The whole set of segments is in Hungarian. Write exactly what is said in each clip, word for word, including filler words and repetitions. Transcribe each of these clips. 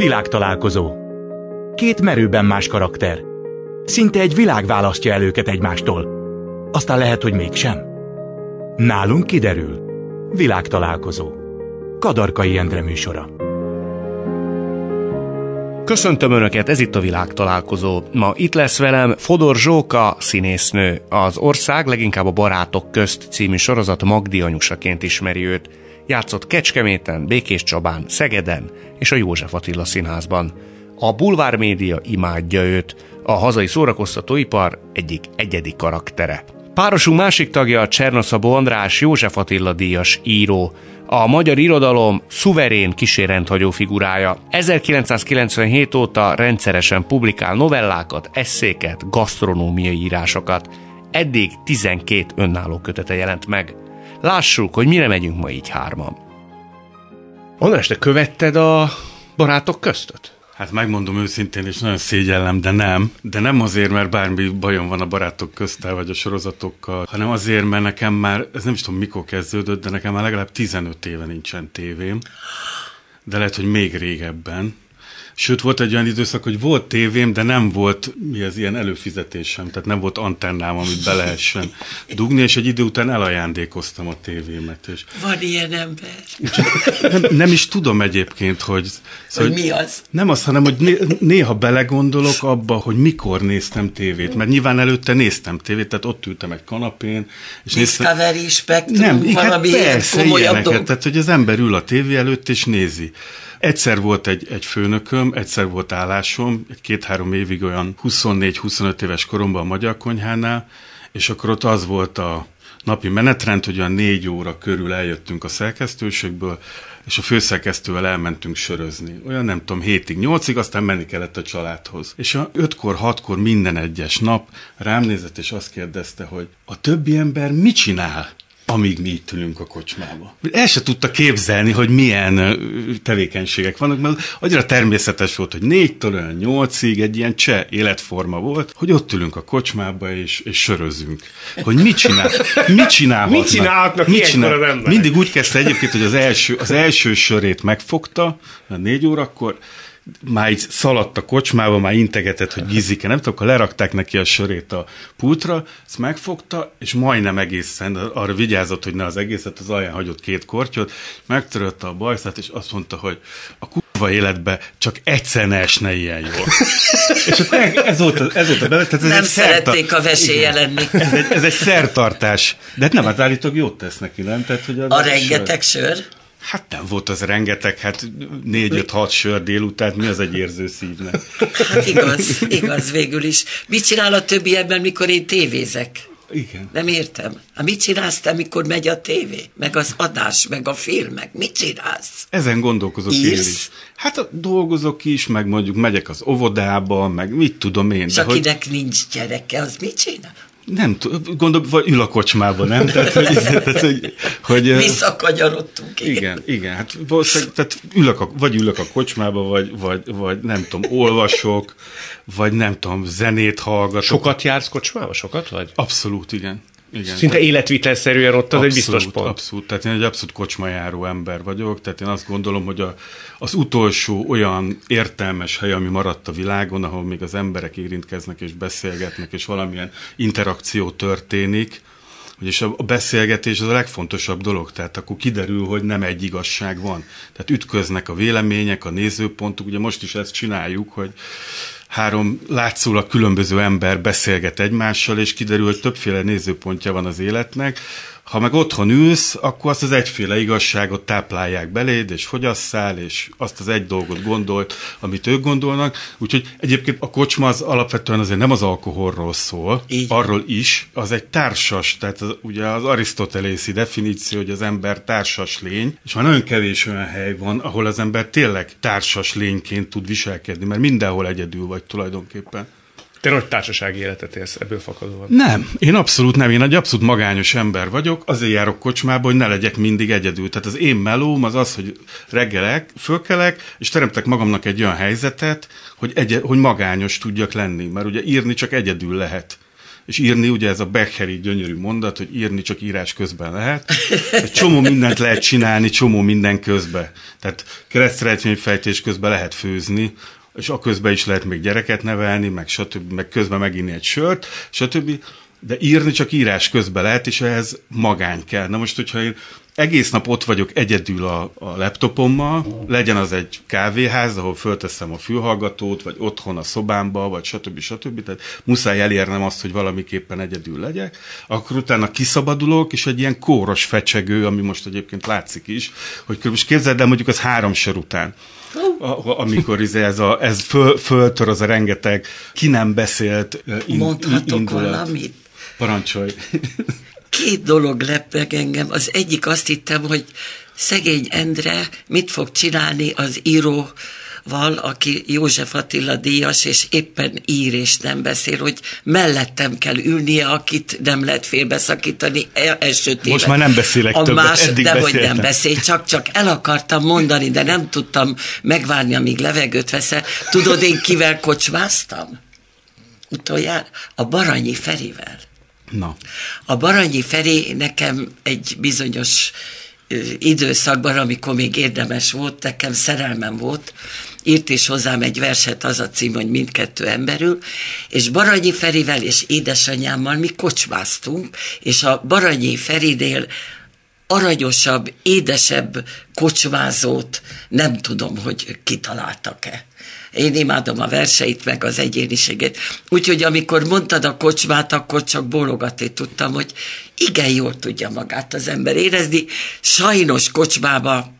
Világtalálkozó. Két merőben más karakter. Szinte egy világ választja el őket egymástól. Aztán lehet, hogy mégsem. Nálunk kiderül. Világtalálkozó. Kadarkai Endre műsora. Köszöntöm Önöket, ez itt a Világtalálkozó. Ma itt lesz velem Fodor Zsóka, színésznő. Az Ország leginkább a Barátok közt című sorozat Magdi anyusaként ismeri őt. Játszott Kecskeméten, Békéscsabán, Szegeden és a József Attila Színházban. A bulvár média imádja őt, a hazai szórakoztatóipar egyik egyedi karaktere. Párosunk másik tagja Csernoszabó András, József Attila díjas író, a magyar irodalom szuverén kísérendhagyó figurája. ezerkilencszázkilencvenhét óta rendszeresen publikál novellákat, esszéket, gasztronómiai írásokat. Eddig tizenkét önálló kötete jelent meg. Lássuk, hogy mire megyünk ma így hárman. András, te követted a Barátok köztöt? Hát megmondom őszintén, és nagyon szégyellem, de nem. De nem azért, mert bármi bajom van a Barátok közttel, vagy a sorozatokkal, hanem azért, mert nekem már, ez nem is tudom mikor kezdődött, de nekem már legalább tizenöt éve nincsen tévém. De lehet, hogy még régebben. Sőt, volt egy olyan időszak, hogy volt tévém, de nem volt mi az ilyen előfizetésem, tehát nem volt antennám, amit be lehessen dugni, és egy idő után elajándékoztam a tévémet. És van ilyen ember. Nem, nem is tudom egyébként, hogy... Szóval, hogy mi az? Nem az, hanem, hogy né- néha belegondolok abba, hogy mikor néztem tévét, mert nyilván előtte néztem tévét, tehát ott ültem egy kanapén, és Discovery, néztem... Spectrum, nem, valami hát persze, ilyeneket, dolog. tehát hogy az ember ül a tévé előtt és nézi. Egyszer volt egy, egy főnököm, egyszer volt állásom, egy két-három évig olyan huszonnégy-huszonöt éves koromban a Magyar Konyhánál, és akkor ott az volt a napi menetrend, hogy olyan négy óra körül eljöttünk a szerkesztőségből, és a főszerkesztővel elmentünk sörözni. Olyan nem tudom, hétig, nyolcig, aztán menni kellett a családhoz. És a ötkor, hatkor minden egyes nap rám nézett, és azt kérdezte, hogy a többi ember mit csinál, amíg mi itt ülünk a kocsmába. El se tudta képzelni, hogy milyen tevékenységek vannak, mert annyira természetes volt, hogy négytől olyan nyolcig egy ilyen cseh életforma volt, hogy ott ülünk a kocsmába és, és sörözünk. Hogy mit csinál? Mit csinálhatnak? Mit csinálhatnak mit csinál? Az emberek? Mindig úgy kezdte egyébként, hogy az első, az első sörét megfogta, a négy órakor, már így szaladt a kocsmába, már integetett, hogy gizike, nem tudom, akkor lerakták neki a sörét a pultra, ezt megfogta, és majdnem egészen, arra vigyázott, hogy ne az egészet, az alján hagyott két kortyot, megtörölte a bajszát, és azt mondta, hogy a kurva életbe csak egyszer ne esne ilyen jól. És ez volt a, ez volt a bele, tehát ez nem egy szerették szerta... a vesélye lenni. Ez egy, ez egy szertartás. De hát nem, hát állítólag jót tesz neki, nem? Tehát, hogy a rengeteg sör? sör? Hát nem volt az rengeteg, hát négy-öt-hat sör délután, mi az egy érző szívnek? Hát igaz, igaz végül is. Mit csinál a többi ebben, mikor én tévézek? Igen. Nem értem. Hát mit csinálsz te, mikor megy a tévé? Meg az adás, meg a filmek? Mit csinálsz? Ezen gondolkozok én is. Hát dolgozok is, meg mondjuk megyek az óvodába, meg mit tudom én. És de akinek hogy... nincs gyereke, az mit csinál? Nem tudom, gondolom, vagy ül a kocsmában, nem? Tehát, hogy, tehát, hogy, hogy, visszakanyarodtunk. Igen, igen, igen hát tehát ülök a, vagy ülök a kocsmába, vagy, vagy, vagy nem tudom, olvasok, vagy nem tudom, zenét hallgatok. Sokat jársz kocsmába? Sokat vagy? Abszolút, igen. Igen, szinte életvitelszerűen ott az abszolút, egy biztos pont. Abszolút, tehát én egy abszolút kocsmajáró ember vagyok, tehát én azt gondolom, hogy a, az utolsó olyan értelmes hely, ami maradt a világon, ahol még az emberek érintkeznek és beszélgetnek, és valamilyen interakció történik, és a beszélgetés az a legfontosabb dolog, tehát akkor kiderül, hogy nem egy igazság van. Tehát ütköznek a vélemények, a nézőpontok, ugye most is ezt csináljuk, hogy három látszólag különböző ember beszélget egymással, és kiderül, hogy többféle nézőpontja van az életnek. Ha meg otthon ülsz, akkor azt az egyféle igazságot táplálják beléd, és fogyasszál, és azt az egy dolgot gondolt, amit ők gondolnak. Úgyhogy egyébként a kocsma az alapvetően azért nem az alkoholról szól, így. Arról is, az egy társas, tehát az, ugye az arisztotelészi definíció, hogy az ember társas lény, és már nagyon kevés olyan hely van, ahol az ember tényleg társas lényként tud viselkedni, mert mindenhol egyedül vagy tulajdonképpen. Te nagy társasági életet élsz ebből fakadóan. Nem, én abszolút nem, én egy abszolút magányos ember vagyok, azért járok kocsmába, hogy ne legyek mindig egyedül. Tehát az én melóm az az, hogy reggelek, fölkelek, és teremtek magamnak egy olyan helyzetet, hogy, egy, hogy magányos tudjak lenni, mert ugye írni csak egyedül lehet. És írni, ugye ez a Beckeri gyönyörű mondat, hogy írni csak írás közben lehet. Egy csomó mindent lehet csinálni, csomó minden közben. Tehát keresztrejtvényfejtés közben lehet főzni, és a közben is lehet még gyereket nevelni, meg stb., meg közben meginni egy sört, stb., de írni csak írás közben lehet, és ehhez magány kell. Na most, hogyha én egész nap ott vagyok egyedül a, a laptopommal, legyen az egy kávéház, ahol fölteszem a fülhallgatót, vagy otthon a szobámba, vagy stb. stb. Tehát muszáj elérnem azt, hogy valamiképpen egyedül legyek, akkor utána kiszabadulok, és egy ilyen kóros fecsegő, ami most egyébként látszik is, hogy most képzeld el, mondjuk az három sor után, a, amikor ez, a, ez föl, föltör az a rengeteg ki nem beszélt in, Mondhatok indulat. valamit? Parancsolj. Két dolog lep meg engem. Az egyik, azt hittem, hogy szegény Endre mit fog csinálni az íróval, aki József Attila díjas, és éppen ír és nem beszél, hogy mellettem kell ülnie, akit nem lehet félbeszakítani első téve. Most már nem beszélek a többet, más, eddig de beszéltem. hogy nem beszél, csak, csak el akartam mondani, de nem tudtam megvárni, amíg levegőt veszel. Tudod, én kivel kocsmáztam? Utoljára a Baranyi Ferivel. Na. A Baranyi Feri nekem egy bizonyos ö, időszakban, amikor még érdemes volt, nekem szerelmem volt, írt is hozzám egy verset, az a cím, hogy Mindkettő emberül, és Baranyi Ferivel és édesanyámmal mi kocsmáztunk, és a Baranyi Ferinél aranyosabb, édesebb kocsmázót nem tudom, hogy kitaláltak-e. Én imádom a verseit, meg az egyéniségét. Úgyhogy amikor mondtad a kocsmát, akkor csak bólogatni tudtam, hogy igen jól tudja magát az ember érezni. Sajnos kocsmába,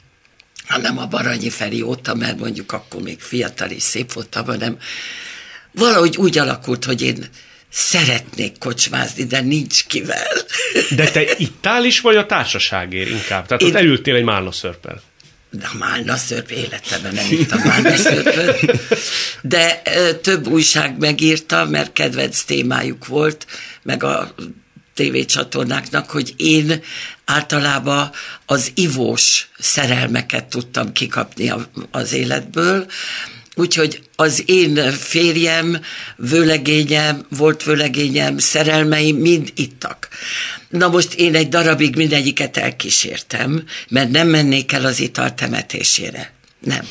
ha nem a Baranyi Feri óta, mert mondjuk akkor még fiatal és szép voltam, hanem valahogy úgy alakult, hogy én szeretnék kocsmázni, de nincs kivel. De te ittál is, vagy a társaságért inkább? Tehát én... ott elültél egy málnaszörppel. De a málnaszörp életemben nem írtam málnaszörpöt, de ö, több újság megírta, mert kedvenc témájuk volt, meg a tévécsatornáknak, hogy én általában az ivós szerelmeket tudtam kikapni a, az életből, úgyhogy az én férjem, vőlegényem, volt vőlegényem, szerelmeim mind ittak. Na most én egy darabig mindegyiket elkísértem, mert nem mennék el az ital temetésére. Nem.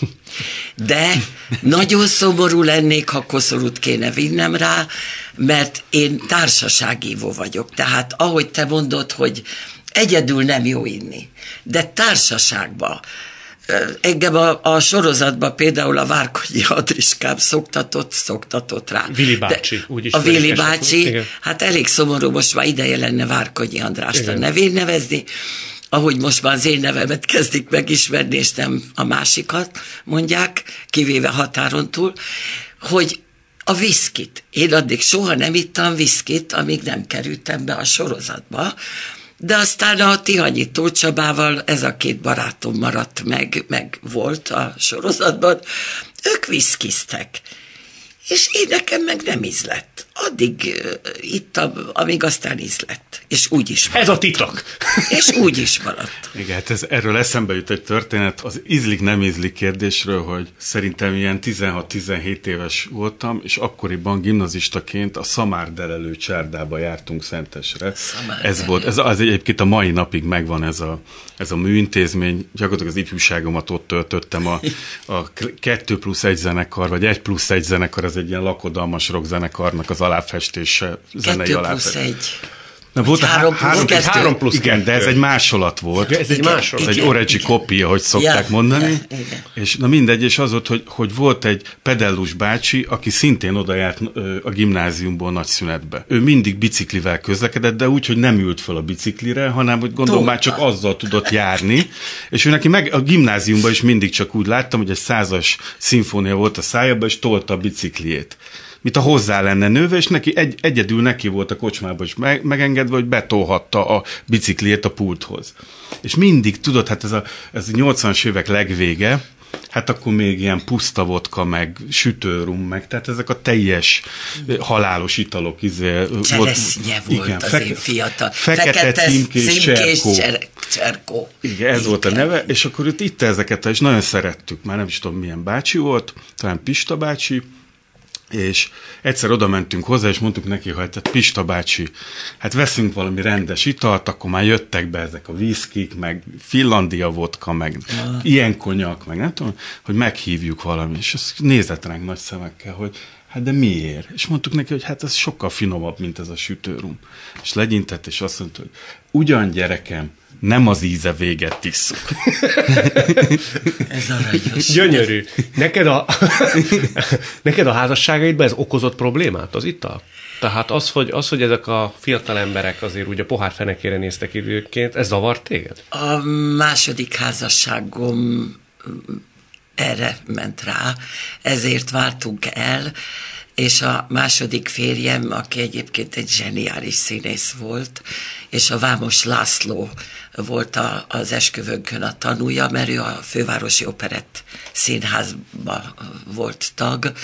De nagyon szomorú lennék, ha koszorút kéne vinnem rá, mert én társaságívó vagyok. Tehát ahogy te mondod, hogy egyedül nem jó inni, de társaságban. Engem a, a sorozatban például a Várkonyi Andriskám szoktatott, szoktatott rá. Vili bácsi, úgy is. A Vili bácsi, hát elég szomorú, most már ideje lenne Várkonyi Andrást igen. a nevén nevezni, ahogy most már az én nevemet kezdik megismerni, és nem a másikat mondják, kivéve határon túl, hogy a viszkit. Én addig soha nem ittam viszkit, amíg nem kerültem be a sorozatba, de aztán a Tihanyi Tóth Csabával ez a két barátom maradt meg, meg volt a sorozatban, ők viszkiztek. És én nekem meg nem ízlett. Addig uh, ittam, amíg aztán ízlett. És úgy is maradt. Ez a titok. És úgy is maradt. Igen, hát ez, erről eszembe jut egy történet az ízlik-nem ízlik kérdésről, hogy szerintem ilyen tizenhat-tizenhét éves voltam, és akkoriban gimnazistaként a Szamárdelelő csárdába jártunk Szentesre. Ez volt, ez az egyébként a mai napig megvan ez a, ez a műintézmény. Gyakorlatilag az ifjúságomat ott töltöttem. A, a kettő plusz egy zenekar, vagy egy plusz egy zenekar, ez egy ilyen lakodalmas rockzenekarnak az aláfestése, zenei aláfestése. kettő plusz egy. Na, volt három, a három, plusz három, három plusz igen, de ez egy másolat volt. Ez egy másolat. Ez egy origi copy, ahogy szokták ja, mondani. Ja, és na mindegy, és az volt, hogy, hogy volt egy pedellus bácsi, aki szintén oda járt a gimnáziumból nagy szünetbe. Ő mindig biciklivel közlekedett, de úgy, hogy nem ült fel a biciklire, hanem hogy gondolom már csak azzal tudott járni. És ő neki meg a gimnáziumban is mindig csak úgy láttam, hogy egy százas szimfónia volt a szájában, és tolta a bicikliét. Mint a hozzá lenne nőve, és neki egy, egyedül neki volt a kocsmában is meg, megengedve, hogy betolhatta a bicikliét a pulthoz. És mindig, tudod, hát ez a, ez a nyolcvanas évek legvége, hát akkor még ilyen puszta vodka, meg sütőrum, meg tehát ezek a teljes halálos italok. Izé, Cseresznye volt, igen, az feke, én fiatal. Fekete, fekete címkés, cserkó. cserkó. Igen, ez igen. volt a neve, és akkor itt, itt ezeket, és nagyon szerettük, már nem is tudom milyen bácsi volt, talán Pista bácsi, és egyszer oda mentünk hozzá, és mondtuk neki, hogy hát Pista bácsi, hát veszünk valami rendes italt, akkor már jöttek be ezek a viszkik, meg Finlandia vodka, meg ah. ilyen konyak, meg nem tudom, hogy meghívjuk valami, és az nézett ránk nagy szemekkel, hogy hát de miért? És mondtuk neki, hogy hát ez sokkal finomabb, mint ez a sütőrum. És legyintett, és azt mondta, hogy ugyan gyerekem, nem az íze véget isszuk. Ez aranyos. Gyönyörű. Neked a, neked a házasságaidban ez okozott problémát, az ital? Tehát az hogy, az, hogy ezek a fiatal emberek azért úgy a pohár fenekére néztek időként, ez zavart téged? A második házasságom erre ment rá, ezért váltunk el, és a második férjem, aki egyébként egy zseniális színész volt, és a Vámos László volt a, az esküvőnkön a tanúja, mert ő a Fővárosi Operett Színházban volt tag.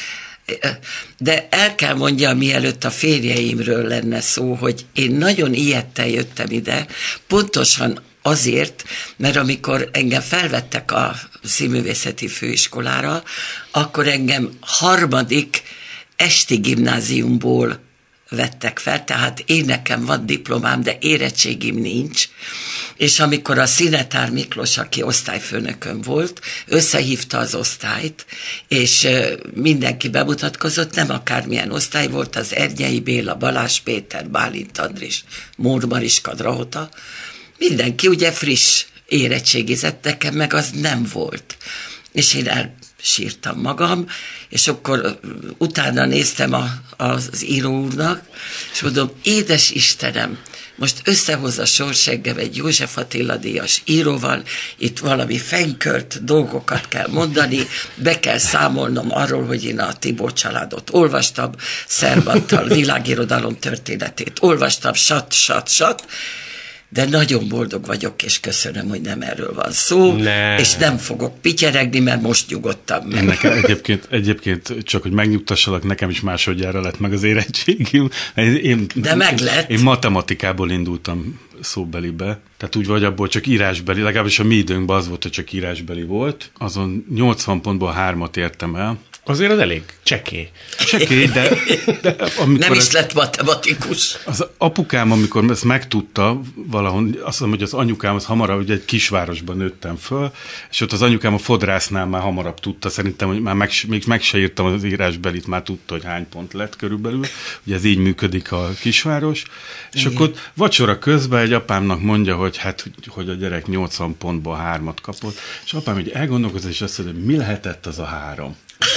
De el kell mondjam, mielőtt a férjeimről lenne szó, hogy én nagyon ijedten jöttem ide, pontosan azért, mert amikor engem felvettek a Színművészeti Főiskolára, akkor engem harmadik esti gimnáziumból vettek fel, tehát én nekem van diplomám, de érettségim nincs, és amikor a Szinetár Miklós, aki osztályfőnökön volt, összehívta az osztályt, és mindenki bemutatkozott, nem akármilyen osztály volt, az Ernyei Béla, Balázs Péter, Bálint Andris, Mór Mariska Drahota, mindenki ugye friss érettségizett, nekem meg az nem volt. És én elsírtam magam, és akkor utána néztem a, az író úrnak, és mondom, édes Istenem, most összehoz a sors engem egy József Attila díjas íróval, itt valami fenykört dolgokat kell mondani, be kell számolnom arról, hogy én a Tibó családot olvastam, Szerbantal világirodalom történetét olvastam, sat, sat, sat, de nagyon boldog vagyok, és köszönöm, hogy nem erről van szó, ne. És nem fogok pityeregni, mert most nyugodtam meg. Nekem egyébként, egyébként csak, hogy megnyugtassalak, nekem is másodjára lett meg az érettségim. Én, de meg lett. Én matematikából indultam szóbelibe, tehát úgy vagy abból csak írásbeli, legalábbis a mi időnkben az volt, hogy csak írásbeli volt. Azon nyolcvan pontból hármat értem el. Azért az elég csekély. Csekély, de, de amikor... Nem is lett matematikus. Az apukám, amikor ezt megtudta valahol, azt mondom, hogy az anyukám az hamarabb, ugye egy kisvárosban nőttem föl, és ott az anyukám a fodrásznál már hamarabb tudta, szerintem, hogy már meg, még meg se írtam az írásbelit, már tudta, hogy hány pont lett körülbelül, ugye ez így működik a kisváros, és igen. Akkor vacsora közben egy apámnak mondja, hogy hát, hogy a gyerek nyolcvan pontból hármat kapott, és apám így elgondolkozott, és azt mondja, hogy mi lehetett az a három?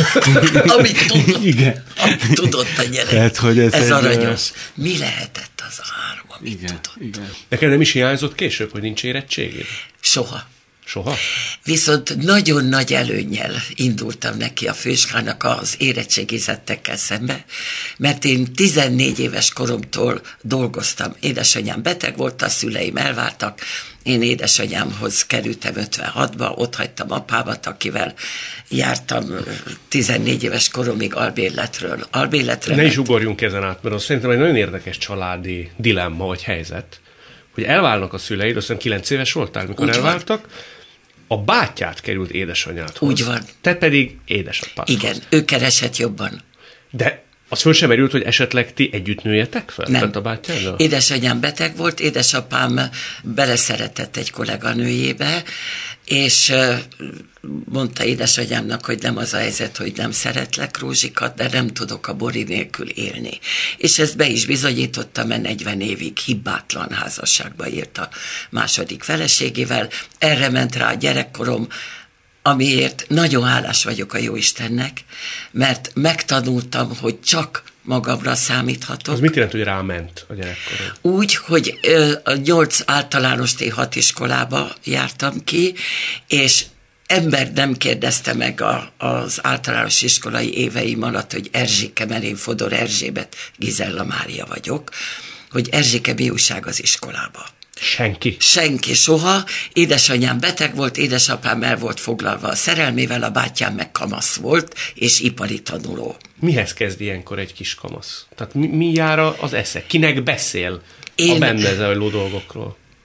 Amit tudott, igen. Amit tudott a gyerek. Tehát, hogy ez ez egy, aranyos. Mi lehetett az a három, amit igen, tudott? Igen. Neked nem is hiányzott később, hogy nincs érettséged? Soha. Soha? Viszont nagyon nagy előnnyel indultam neki a főiskolának az érettségizettekkel szembe, mert én tizennégy éves koromtól dolgoztam. Édesanyám beteg volt, a szüleim elváltak, én édesanyámhoz kerültem ötvenhatba, ott hagytam apámat, akivel jártam tizennégy éves koromig albérletről albérletre. Ne is ugorjunk ezen át, mert az szerintem egy nagyon érdekes családi dilemma vagy helyzet, hogy elválnak a szüleid, azt hiszem kilenc éves voltál, mikor úgy elváltak, van. A bátyát került édesanyádhoz. Úgy van. Te pedig édesapádhoz. Igen, ő keresett jobban. De az föl sem merült, hogy esetleg ti együtt nőjetek fel? Nem. A bátyáddal? Édesanyám beteg volt, édesapám beleszeretett egy kolléganőjébe, és mondta édesanyámnak, hogy nem az a helyzet, hogy nem szeretlek, Rózsikat, de nem tudok a Bori nélkül élni. És ezt be is bizonyította, mert negyven évig hibátlan házasságba írt a második feleségével. Erre ment rá a gyerekkorom, amiért nagyon hálás vagyok a Jóistennek, mert megtanultam, hogy csak magamra számíthatok. Az mit jelent, hogy ráment a gyerekkorom? Úgy, hogy a nyolc általános té hat iskolába jártam ki, és ember nem kérdezte meg a, az általános iskolai éveim alatt, hogy Erzsike, mert én Fodor Erzsébet Gizella Mária vagyok, hogy Erzsike, mi újság az iskolába. Senki? Senki, soha. Édesanyám beteg volt, édesapám el volt foglalva a szerelmével, a bátyám meg kamasz volt, és ipari tanuló. Mihez kezd ilyenkor egy kis kamasz? Tehát mi, mi jár az esze? Kinek beszél Én... a benne zajló dolgokról?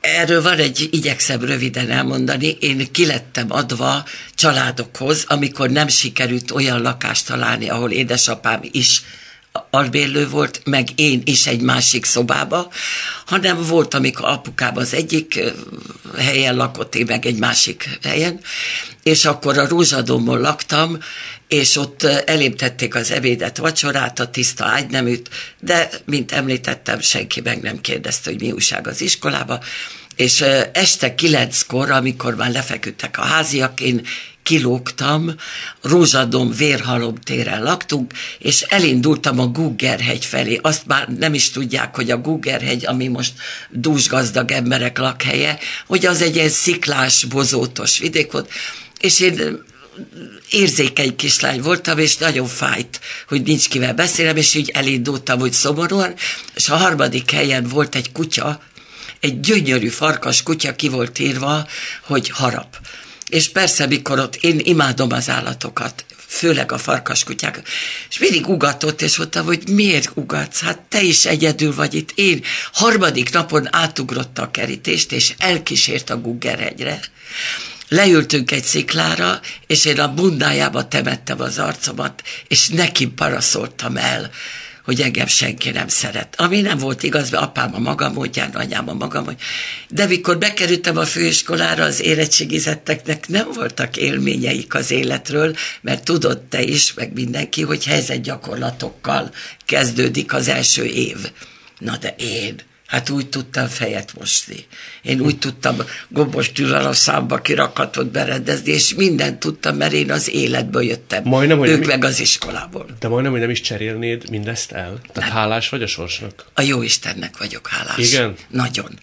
Erről van egy, igyekszem röviden elmondani, én kilettem adva családokhoz, amikor nem sikerült olyan lakást találni, ahol édesapám is albérlő volt, meg én is egy másik szobába, hanem volt, amikor apukám az egyik helyen lakott, én meg egy másik helyen, és akkor a Rózsadombon laktam, és ott elém tették az ebédet, vacsorát, a tiszta ágyneműt, de, mint említettem, senki meg nem kérdezte, hogy mi újság az iskolába, és este kilenckor, amikor már lefeküdtek a háziak, én kilógtam, Rózsadomb Vérhalom téren laktunk, és elindultam a Guggerhegy felé. Azt már nem is tudják, hogy a Guggerhegy, ami most dúsgazdag emberek lakhelye, hogy az egy ilyen sziklás, bozótos vidék volt, és én érzékeny kislány voltam, és nagyon fájt, hogy nincs kivel beszélnem, és így elindultam, hogy szomorúan, és a harmadik helyen volt egy kutya, egy gyönyörű farkas kutya, ki volt írva, hogy harap. És persze, mikor ott én imádom az állatokat, főleg a farkaskutyákat, és mindig ugatott, és mondtam, hogy miért ugatsz? Hát te is egyedül vagy itt. Én harmadik napon átugrotta a kerítést, és elkísért a Guggerhegyre. Leültünk egy sziklára, és én a bundájába temettem az arcomat, és neki paraszoltam el, hogy engem senki nem szeret. Ami nem volt igaz, mert apám a maga módján, anyám a maga módján. De mikor bekerültem a főiskolára, az érettségizetteknek nem voltak élményeik az életről, mert tudod te is, meg mindenki, hogy helyzetgyakorlatokkal kezdődik az első év. Na de én... Hát úgy tudtam fejet mosni. Én úgy tudtam gombos tűvel a számba kirakatot berendezni, és mindent tudtam, mert én az életből jöttem. Majdnem, ők meg az iskolából. De majdnem, hogy nem is cserélnéd mindezt el? Tehát nem. Hálás vagy a sorsnak? A jó Istennek vagyok hálás. Igen? Nagyon.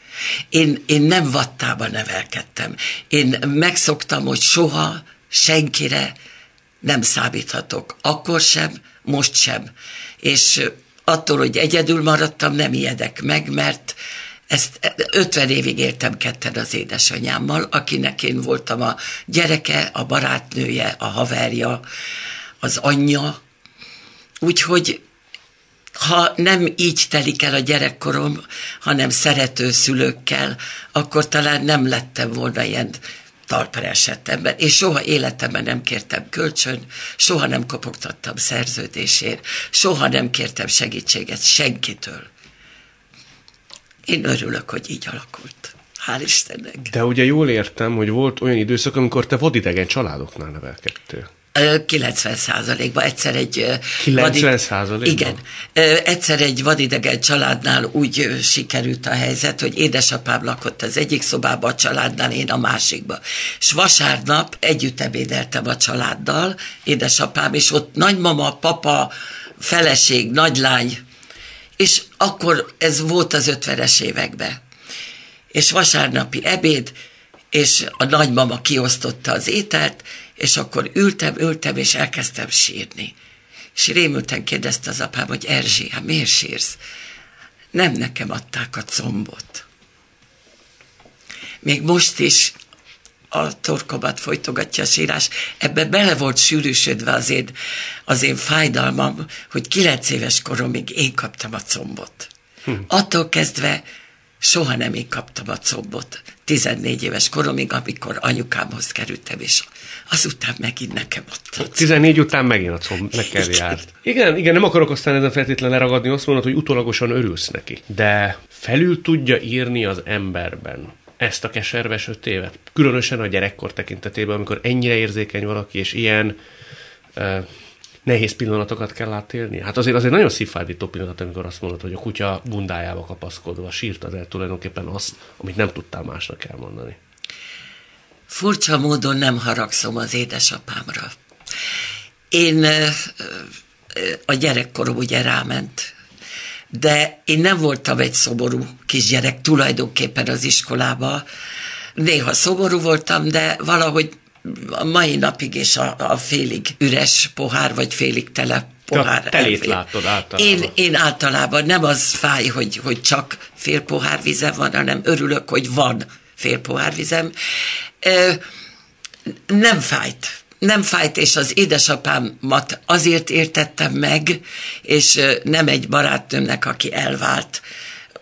Én, én nem vattában nevelkedtem. Én megszoktam, hogy soha senkire nem számíthatok. Akkor sem, most sem. És attól, hogy egyedül maradtam, nem ijedek meg, mert ezt ötven évig éltem ketten az édesanyámmal, akinek én voltam a gyereke, a barátnője, a haverja, az anyja. Úgyhogy ha nem így telik el a gyerekkorom, hanem szerető szülőkkel, akkor talán nem lettem volna ilyen talpra esett ember, és soha életemben nem kértem kölcsön, soha nem kopogtattam szerződésért, soha nem kértem segítséget senkitől. Én örülök, hogy így alakult. Hál' Istennek. De ugye jól értem, hogy volt olyan időszak, amikor te vadidegen családoknál nevelkedtél. kilencven százalékban egyszer egy... kilencven százalékban? Igen. Egyszer egy vadidegen családnál úgy sikerült a helyzet, hogy édesapám lakott az egyik szobában, a családnál, én a másikba. És vasárnap együtt ebédeltem a családdal, édesapám, és ott nagymama, papa, feleség, nagylány, és akkor ez volt az ötvenes években. És vasárnapi ebéd, és a nagymama kiosztotta az ételt, és akkor ültem, ültem, és elkezdtem sírni. És rémülten kérdezte az apám, hogy Erzsi, hát miért sírsz? Nem nekem adták a combot. Még most is a torkomat folytogatja a sírás. Ebben bele volt sűrűsödve az én, az én fájdalmam, hogy kilenc éves koromig én kaptam a combot. Hm. Attól kezdve soha nem én kaptam a combot. tizennégy éves koromig, amikor anyukámhoz kerültem, és azután megint nekem adta. tizennégy után megint a comb neked járt. Igen, igen, nem akarok aztán ezen feltétlenül leragadni, azt mondod, hogy utólagosan örülsz neki. De felül tudja írni az emberben ezt a keserves öt évet? Különösen a gyerekkor tekintetében, amikor ennyire érzékeny valaki, és ilyen uh, nehéz pillanatokat kell átélni. Hát azért, azért nagyon szívfájdító pillanat, amikor azt mondod, hogy a kutya bundájába kapaszkodva sírtad el tulajdonképpen azt, amit nem tudtál másnak elmondani. Furcsa módon nem haragszom az édesapámra. Én, a gyerekkorom ugye ráment, de én nem voltam egy szomorú kisgyerek tulajdonképpen az iskolába. Néha szomorú voltam, de valahogy a mai napig is a, a félig üres pohár, vagy félig tele pohár. Te telét látod általában. Én, én általában nem az fáj, hogy, hogy csak fél pohár vizem van, hanem örülök, hogy van fél pohár vizem. Nem fájt. Nem fájt, és az édesapámat azért értettem meg, és nem egy barátnőmnek, aki elvált,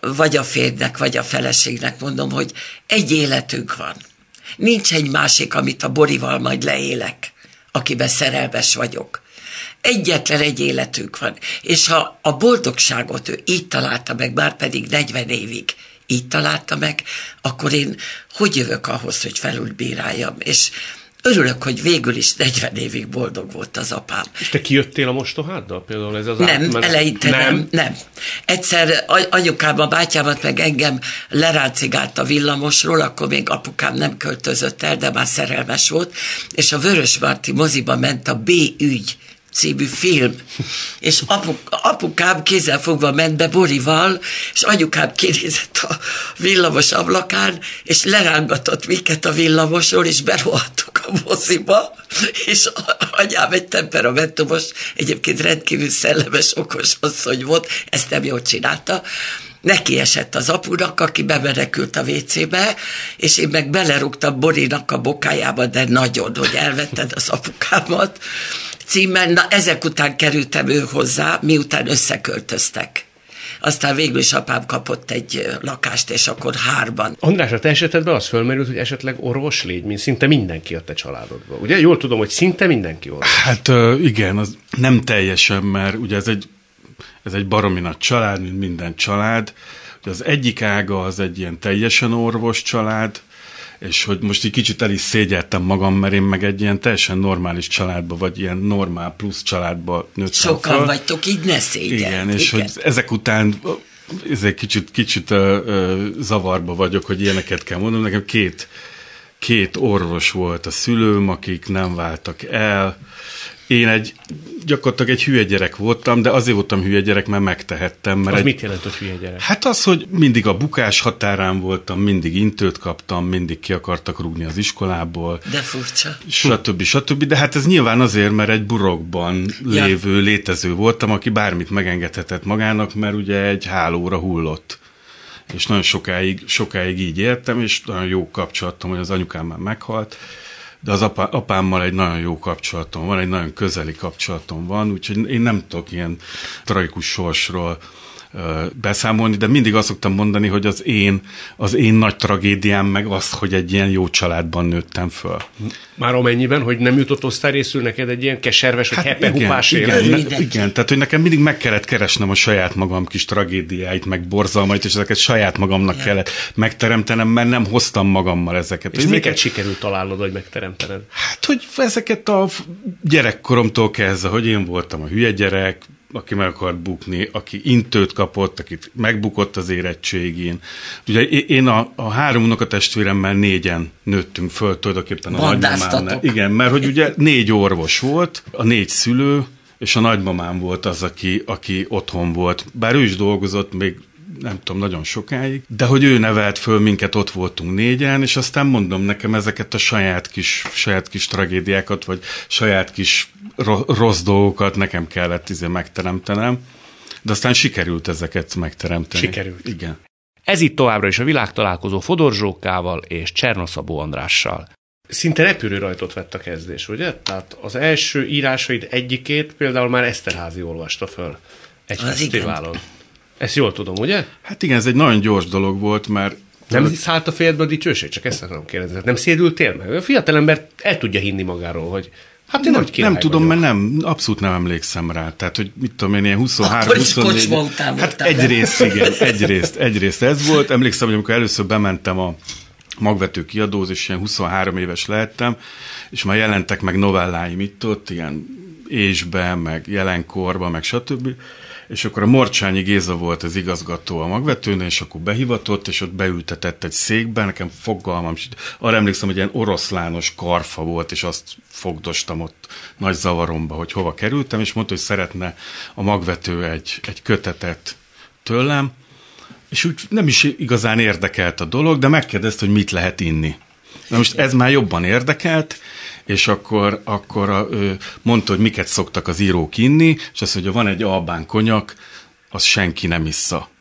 vagy a férjnek, vagy a feleségnek mondom, hogy egy életünk van. Nincs egy másik, amit a Borival majd leélek, akiben szerelmes vagyok. Egyetlen egy életünk van. És ha a boldogságot ő így találta meg, már pedig negyven évig így találta meg, akkor én hogy jövök ahhoz, hogy felülbíráljam? És örülök, hogy végül is negyven évig boldog volt az apám. És te kijöttél a mostoháddal például? Ez az nem, átmenet... eleinte nem. nem, nem. Egyszer anyukám a bátyámat meg engem leráncigált a villamosról, akkor még apukám nem költözött el, de már szerelmes volt, és a Vörösmarty moziba ment a B-ügy című film, és apuk, apukám kézzelfogva ment be Borival, és anyukám kinézett a villamos ablakán, és lerángatott minket a villamosról, és berohadtuk a moziba, és anyám egy temperamentumos, egyébként rendkívül szellemes, okos asszony volt, ezt nem jól csinálta, neki esett az apunak, aki bemenekült a vécébe, és én meg belerúgtam Borinak a bokájába, de nagyon, hogy elvetted az apukámat, címen, na ezek után kerültem ő hozzá, miután összeköltöztek. Aztán végül is apám kapott egy lakást, és akkor hárban. András, a te esetedben az fölmerült, hogy esetleg orvos légy, mint szinte mindenki a te családodban. Ugye? Jól tudom, hogy szinte mindenki orvos. Hát igen, az nem teljesen, mert ugye ez egy, ez egy baromi nagy család, mint minden család. Ugye az egyik ága az egy ilyen teljesen orvos család, és hogy most egy kicsit el is szégyeltem magam, mert én meg egy ilyen teljesen normális családba, vagy ilyen normál plusz családba nőttem Sokan fel. vagytok, így ne szégyeld. Igen, és igen. Hogy ezek után ez egy kicsit, kicsit uh, uh, zavarba vagyok, hogy ilyeneket kell mondanom. Nekem két, két orvos volt a szülőm, akik nem váltak el. Én egy, gyakorlatilag egy hülye gyerek voltam, de azért voltam hülye gyerek, mert megtehettem. Mert az egy, mit jelent, hogy hülye gyerek? Hát az, hogy mindig a bukás határán voltam, mindig intőt kaptam, mindig ki akartak rúgni az iskolából. De furcsa. Stb. Stb. De hát ez nyilván azért, mert egy burokban ja. lévő, létező voltam, aki bármit megengedhetett magának, mert ugye egy hálóra hullott. És nagyon sokáig, sokáig így éltem, és nagyon jó kapcsolatom, hogy az anyukám már meghalt. De az apá, apámmal egy nagyon jó kapcsolatom van, egy nagyon közeli kapcsolatom van, úgyhogy én nem tudok ilyen tragikus sorsról uh, beszámolni, de mindig azt szoktam mondani, hogy az én, az én nagy tragédiám meg az, hogy egy ilyen jó családban nőttem föl. Már amennyiben, hogy nem jutott osztályrészül neked egy ilyen keserves, vagy hát hepehupás igen, élet? igen, igen, tehát hogy nekem mindig meg kellett keresnem a saját magam kis tragédiáit, meg borzalmait, és ezeket saját magamnak igen. kellett megteremtenem, mert nem hoztam magammal ezeket. És miket ezeket... sikerült találnod, hogy megteremtened? Hát, hogy ezeket a gyerekkoromtól kezdve, hogy én voltam a hülye gyerek, aki meg akart bukni, aki intőt kapott, akit megbukott az érettségén. Ugye én a, a három unokatestvéremmel négyen nőttünk föl tulajdonképpen a nagymamámnál. Igen, mert hogy ugye négy orvos volt, a négy szülő, és a nagymamám volt az, aki, aki otthon volt. Bár ő is dolgozott még nem tudom, nagyon sokáig, de hogy ő nevelt föl minket, ott voltunk négyen, és aztán mondom nekem ezeket a saját kis, saját kis tragédiákat, vagy saját kis rossz dolgokat nekem kellett izé megteremtenem, de aztán sikerült ezeket megteremteni. Sikerült. Igen. Ez itt továbbra is a világtalálkozó Fodor Zsókával és Csernoszabó Andrással. Szinte repülő rajtot vett a kezdés, ugye? Tehát az első írásaid egyikét például már Eszterházy olvasta föl egy fesztiválon. Ezt jól tudom, ugye? Hát igen, ez egy nagyon gyors dolog volt, mert... Nem szállt a fejedbe a dicsőség? Csak ezt akarom kérdezni. Nem szédültél meg? A fiatalember el tudja hinni magáról, hogy hát én nem, nagy király nem tudom, vagyok. mert nem, abszolút nem emlékszem rá. Tehát, hogy mit tudom én, ilyen huszonhárom huszonnégy... Hát egyrészt, igen, egyrészt, egyrészt ez volt. Emlékszem, hogy amikor először bementem a magvető kiadóhoz, és ilyen huszonhárom éves lehettem, és már jelentek meg novelláim itt-ott, ilyen Ésben, meg Jelenkorban, meg stb., és akkor a Morcsányi Géza volt az igazgató a magvetőnél, és akkor behivatott, és ott beültetett egy székbe, nekem fogalmam, arra emlékszem, hogy ilyen oroszlános karfa volt, és azt fogdostam ott nagy zavaromba, hogy hova kerültem, és mondta, hogy szeretne a magvető egy, egy kötetet tőlem, és úgy nem is igazán érdekelt a dolog, de megkérdezte, hogy mit lehet inni. Na most ez már jobban érdekelt, és akkor, akkor a, ő mondta, hogy miket szoktak az írók inni, és azt mondja, van egy albán konyak, az senki nem issza.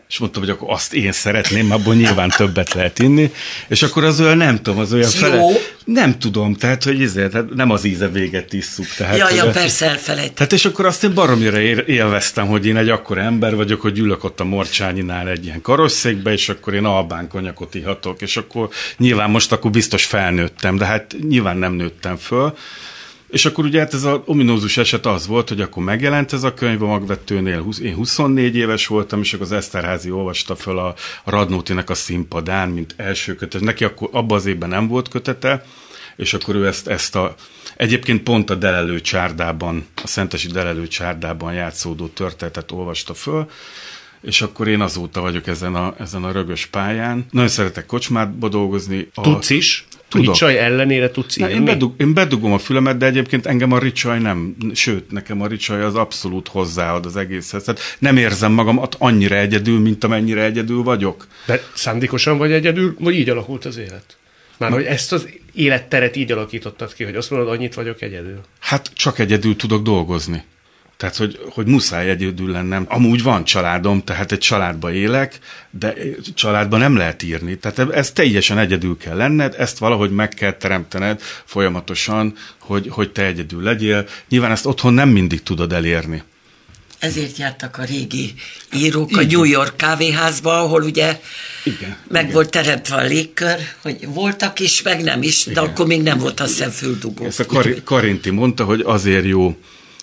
És mondtam, hogy akkor azt én szeretném, abból nyilván többet lehet inni, és akkor az olyan, nem tudom, az olyan fele... Nem tudom, tehát, hogy ezért, tehát nem az íze véget isszuk. Tehát, ja, ja, hogy, persze elfelejtem. Tehát, és akkor azt én baromira élveztem, hogy én egy akkora ember vagyok, hogy ülök ott a Morcsányinál egy ilyen karosszékbe, és akkor én albán konyakot ihatok, és akkor nyilván most akkor biztos felnőttem, de hát nyilván nem nőttem föl. És akkor ugye hát ez az ominózus eset az volt, hogy akkor megjelent ez a könyv a Magvetőnél, én huszonnégy éves voltam, és akkor az Eszterházy olvasta föl a Radnótinek a színpadán, mint első kötet. Neki akkor abban az évben nem volt kötete, és akkor ő ezt, ezt a, egyébként pont a Delelő csárdában, a szentesi Delelő csárdában játszódó történetet olvasta föl, és akkor én azóta vagyok ezen a, ezen a rögös pályán. Nagyon szeretek kocsmába dolgozni. A... Tudsz is? Tudok. Ricsaj ellenére tudsz írni? Én, bedug, én bedugom a fülemet, de egyébként engem a ricsaj nem, sőt, nekem a ricsaj az abszolút hozzáad az egészhez. Tehát nem érzem magam annyira egyedül, mint amennyire egyedül vagyok. De szándékosan vagy egyedül, vagy így alakult az élet? Már hogy ezt az életteret így alakítottad ki, hogy azt mondod, annyit vagyok egyedül? Hát csak egyedül tudok dolgozni. Tehát, hogy, hogy muszáj egyedül lennem. Amúgy van családom, tehát egy családba élek, de családba nem lehet írni. Tehát ez teljesen egyedül kell lenned, ezt valahogy meg kell teremtened folyamatosan, hogy, hogy te egyedül legyél. Nyilván ezt otthon nem mindig tudod elérni. Ezért jártak a régi írók igen. a New York kávéházba, ahol ugye igen, meg igen. volt teremtve a légkör, hogy voltak is, meg nem is, de igen. akkor még nem volt a szemfüldugó. Ezt a Kar- Karinti mondta, hogy azért jó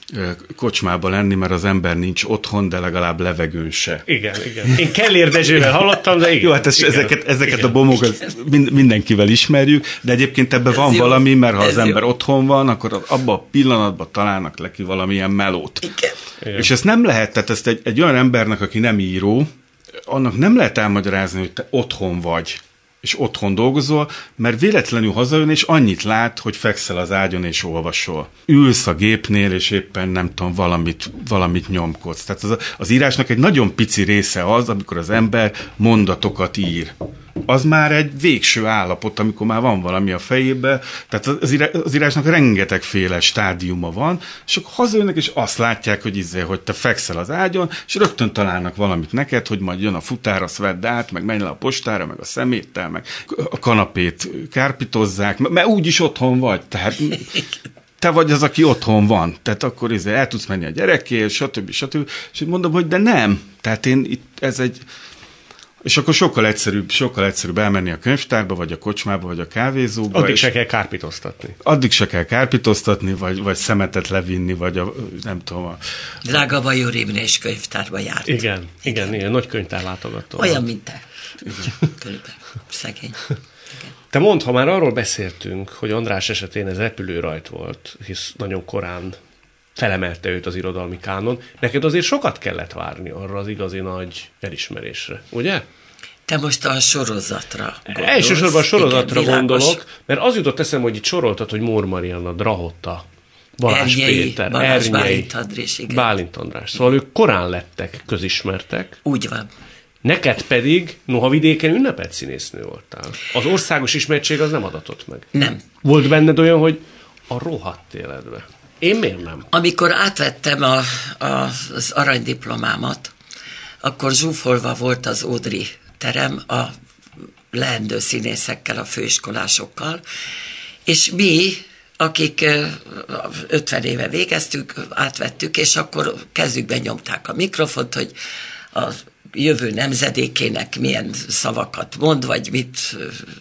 kocsmába lenni, mert az ember nincs otthon, de legalább levegőn se. Igen, igen. Én Kellér Dezsővel hallottam, de igen. Jó, hát ez, igen, ezeket, ezeket igen. a bomokat mindenkivel ismerjük, de egyébként ebben van jó, valami, mert ha az ember jó. otthon van, akkor abban a pillanatban találnak neki valamilyen melót. Igen. Igen. És ezt nem lehet, tehát ezt egy, egy olyan embernek, aki nem író, annak nem lehet elmagyarázni, hogy te otthon vagy, és otthon dolgozol, mert véletlenül hazajön, és annyit lát, hogy fekszel az ágyon, és olvasol. Ülsz a gépnél, és éppen nem tudom, valamit, valamit nyomkodsz. Tehát az, az írásnak egy nagyon pici része az, amikor az ember mondatokat ír. Az már egy végső állapot, amikor már van valami a fejében, tehát az, írás, az írásnak rengetegféle stádiuma van, és akkor hazajönnek, és azt látják, hogy, izé, hogy te fekszel az ágyon, és rögtön találnak valamit neked, hogy majd jön a futár, azt vedd át, meg menj le a postára, meg a szeméttel, meg a kanapét kárpitozzák, mert úgyis otthon vagy, tehát te vagy az, aki otthon van, tehát akkor izé, el tudsz menni a gyerekért, stb. stb. És mondom, hogy de nem, tehát én itt, ez egy és akkor sokkal egyszerűbb, sokkal egyszerűbb elmenni a könyvtárba, vagy a kocsmába, vagy a kávézóba. Addig se kell kárpitoztatni. Addig se kell kárpitoztatni, vagy, vagy szemetet levinni, vagy a, nem tudom. A... Drága Bajor Imre is könyvtárba járt. Igen, igen, igen, igen nagy könyvtárlátogató. Olyan, mint te. Körülbelül. Szegény. Igen. Te mondd, ha már arról beszéltünk, hogy András esetén ez repülőrajt volt, hisz nagyon korán felemelte őt az irodalmi kánon. Neked azért sokat kellett várni arra az igazi nagy elismerésre, ugye? Te most a sorozatra gondolsz. Elsősorban a sorozatra igen, gondolok, mert az jutott eszembe, hogy itt soroltad, hogy Mór Marianna, Drahotta, Balázs Ernyei, Péter, Balázs, Ernyei, Bálint András, igen. Bálint András. Szóval ők korán lettek közismertek. Úgy van. Neked pedig, noha vidéken ünnepelt színésznő voltál. Az országos ismertség az nem adatott meg. Nem. Volt benned olyan, hogy a rohadt életbe. Én miért nem? Amikor átvettem a, a, az aranydiplomámat, akkor zsúfolva volt az Ódri terem a leendő színészekkel, a főiskolásokkal, és mi, akik ötven éve végeztük, átvettük, és akkor kezükben nyomták a mikrofont, hogy a jövő nemzedékének milyen szavakat mond, vagy mit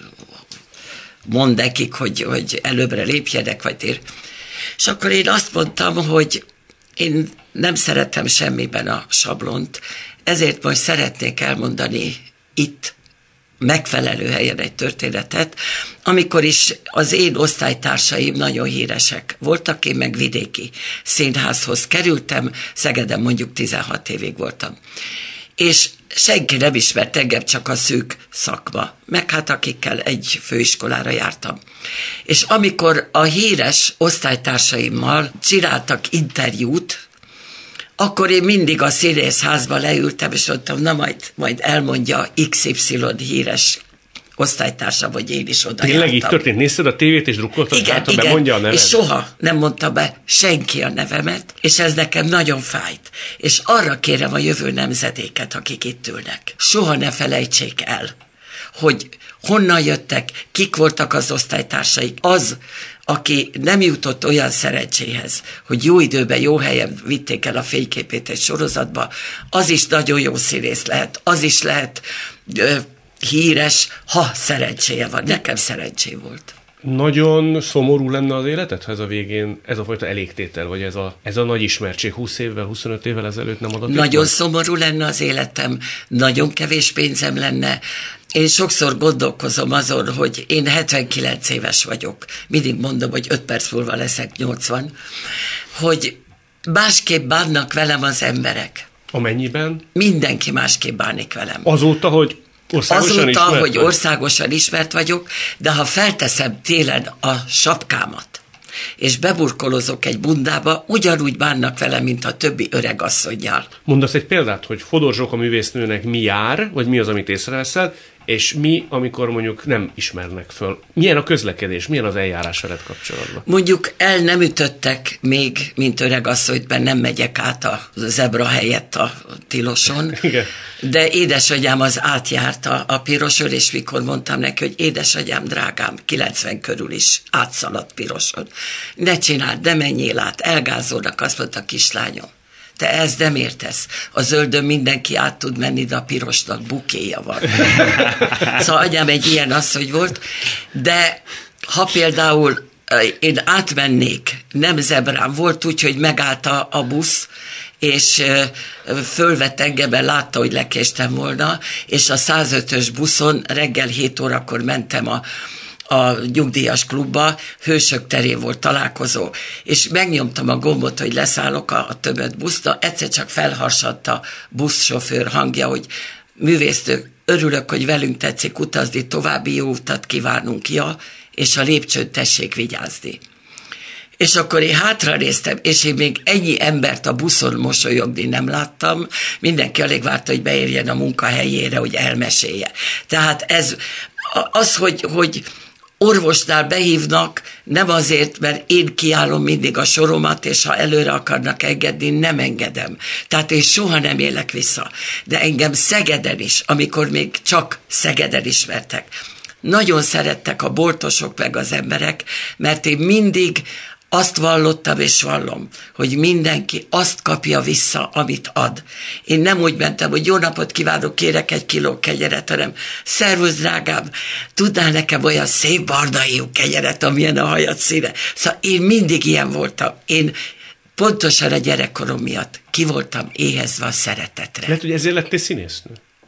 mond nekik, hogy, hogy előbbre lépjenek, vagy tér. És akkor én azt mondtam, hogy én nem szeretem semmiben a sablont, ezért most szeretnék elmondani itt megfelelő helyen egy történetet, amikor is az én osztálytársaim nagyon híresek voltak, én meg vidéki színházhoz kerültem, Szegeden mondjuk tizenhat évig voltam. És senki nem ismert engem, csak a szűk szakma, meg hát akikkel egy főiskolára jártam. És amikor a híres osztálytársaimmal csináltak interjút, akkor én mindig a színészházba leültem, és mondtam, na majd, majd elmondja iksz ipszilon híres osztálytársa, vagy én is oda Tényleg jártam. így történt? Nézted a tévét, és drukkoltad, igen, hát, ha igen, bemondja a nevet? és soha nem mondta be senki a nevemet, és ez nekem nagyon fájt. És arra kérem a jövő nemzedéket, akik itt ülnek, soha ne felejtsék el, hogy honnan jöttek, kik voltak az osztálytársaik. Az, aki nem jutott olyan szerencséhez, hogy jó időben, jó helyen vitték el a fényképét egy sorozatba, az is nagyon jó színész lehet, az is lehet ö, híres, ha szerencséje van. Nekem szerencsé volt. Nagyon szomorú lenne az életed, ha ez a végén, ez a fajta elégtétel, vagy ez a, ez a nagy ismertség húsz évvel, huszonöt évvel ezelőtt nem adott? Nagyon szomorú lenne az életem, nagyon kevés pénzem lenne. Én sokszor gondolkozom azon, hogy én hetvenkilenc éves vagyok, mindig mondom, hogy öt perc múlva leszek nyolcvan, hogy másképp bánnak velem az emberek. Amennyiben? Mindenki másképp bánik velem. Azóta, hogy országosan Azóta, ismert hogy vagy? országosan ismert vagyok, de ha felteszem télen a sapkámat, és beburkolozok egy bundába, ugyanúgy bánnak vele, mint a többi öreg asszonnyal. Mondasz egy példát, hogy Fodor Zsóka művésznőnek mi jár, vagy mi az, amit észreveszel, és mi, amikor mondjuk nem ismernek föl. Milyen a közlekedés, milyen az eljárás veled kapcsolatban? Mondjuk el nem ütöttek még, mint öreg asszonyt, mert nem megyek át a zebra helyett a tiloson. Igen. De édesanyám az átjárt a, a piroson, és mikor mondtam neki, hogy édesanyám, drágám, kilencven körül is átszaladt piroson. Ne csináld, de menjél át, elgázolnak, azt mondta, kislányom. Te ezt nem értesz. A zöldön mindenki át tud menni, de a pirosnak bukéja van. Szóval anyám egy ilyen asszony volt, de ha például én átmennék, nem zebrán, volt úgy, hogy megállt a, a busz, és fölvett engem, látta, hogy lekéstem volna, és a százötös buszon reggel hét órakor mentem a a nyugdíjas klubba, Hősök terén volt találkozó, és megnyomtam a gombot, hogy leszállok a, a többet buszra, egyszer csak felharsadt a buszsofőr hangja, hogy művésznők, örülök, hogy velünk tetszik utazni, további jó utat kívánunk, ja, és a lépcsőn tessék vigyázni. És akkor én hátranéztem, és én még ennyi embert a buszon mosolyogni nem láttam, mindenki alig várta, hogy beérjen a munkahelyére, hogy elmesélje. Tehát ez az, hogy, hogy orvosnál behívnak, nem azért, mert én kiállom mindig a soromat, és ha előre akarnak engedni, nem engedem. Tehát én soha nem élek vissza. De engem Szegeden is, amikor még csak Szegeden ismertek, nagyon szerettek a boltosok meg az emberek, mert én mindig azt vallottam és vallom, hogy mindenki azt kapja vissza, amit ad. Én nem úgy mentem, hogy jó napot kívánok, kérek egy kiló kenyeret, hanem szervusz, drágám, tudnál nekem olyan szép bardaiú kenyeret, amilyen a hajad színe. Szóval én mindig ilyen voltam. Én pontosan a gyerekkorom miatt ki voltam éhezve a szeretetre. Lehet, hogy ezért lettél színésznő?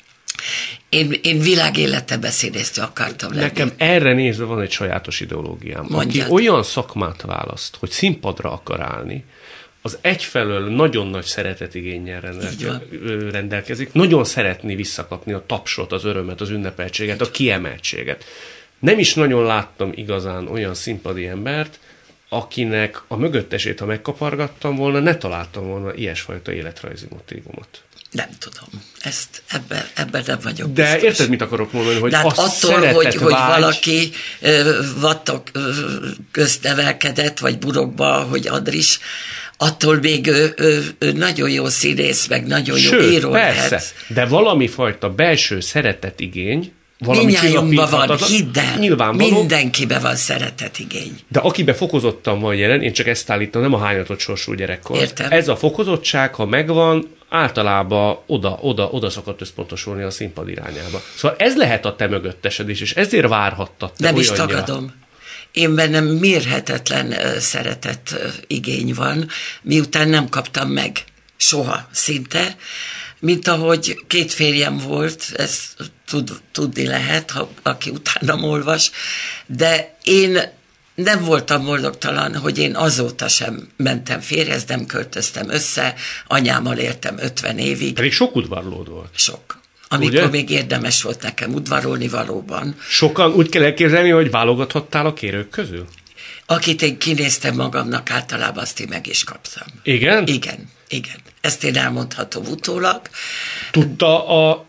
Én, én világéletemben színésznő akartam lenni. Nekem erre nézve van egy sajátos ideológiám. Mondjad. Aki olyan szakmát választ, hogy színpadra akar állni, az egyfelől nagyon nagy szeretetigénnyel rendelke, rendelkezik, nagyon szeretné visszakapni a tapsot, az örömet, az ünnepeltséget, a kiemeltséget. Nem is nagyon láttam igazán olyan színpadi embert, akinek a mögöttesét, ha megkapargattam volna, ne találtam volna ilyesfajta életrajzi motívumot. Nem tudom. Ezt ebben, ebben nem vagyok De biztos. érted, mit akarok mondani? Hogy de hát a attól, hogy, hogy vágy... valaki ö, vattok ö, közt nevelkedett, vagy burokba, hogy Andris, attól még ő, ő, ő nagyon jó színész, meg nagyon Sőt, jó író persze, lehet. de valami fajta belső szeretetigény, valami Mindnyájunkban van, csillapíthatatlan, hidd el, nyilvánvaló, mindenkiben van szeretetigény. de akibe fokozottan van jelen, én csak ezt állítom, nem a hányatott sorsú gyerekkor. Értem. Ez a fokozottság, ha megvan, általában oda, oda, oda szokott összpontosulni a színpad irányába. Szóval ez lehet a te mögöttesed is, és ezért várhattad te Nem is olyannyira. tagadom. Én bennem mérhetetlen uh, szeretet uh, igény van, miután nem kaptam meg soha szinte, mint ahogy két férjem volt, ezt tud, tudni lehet, ha aki utánam olvas, de én nem voltam boldogtalan, hogy én azóta sem mentem férjhez, nem költöztem össze, anyámmal éltem ötven évig. Pedig sok udvarlód volt. Sok. Amikor Ugye? még érdemes volt nekem udvarolni valóban. Sokan úgy kell elképzelni, hogy válogathattál a kérők közül? Akit én kinéztem magamnak, általában azt én meg is kaptam. Igen? Igen, igen. Ezt én elmondhatom utólag. Tudta a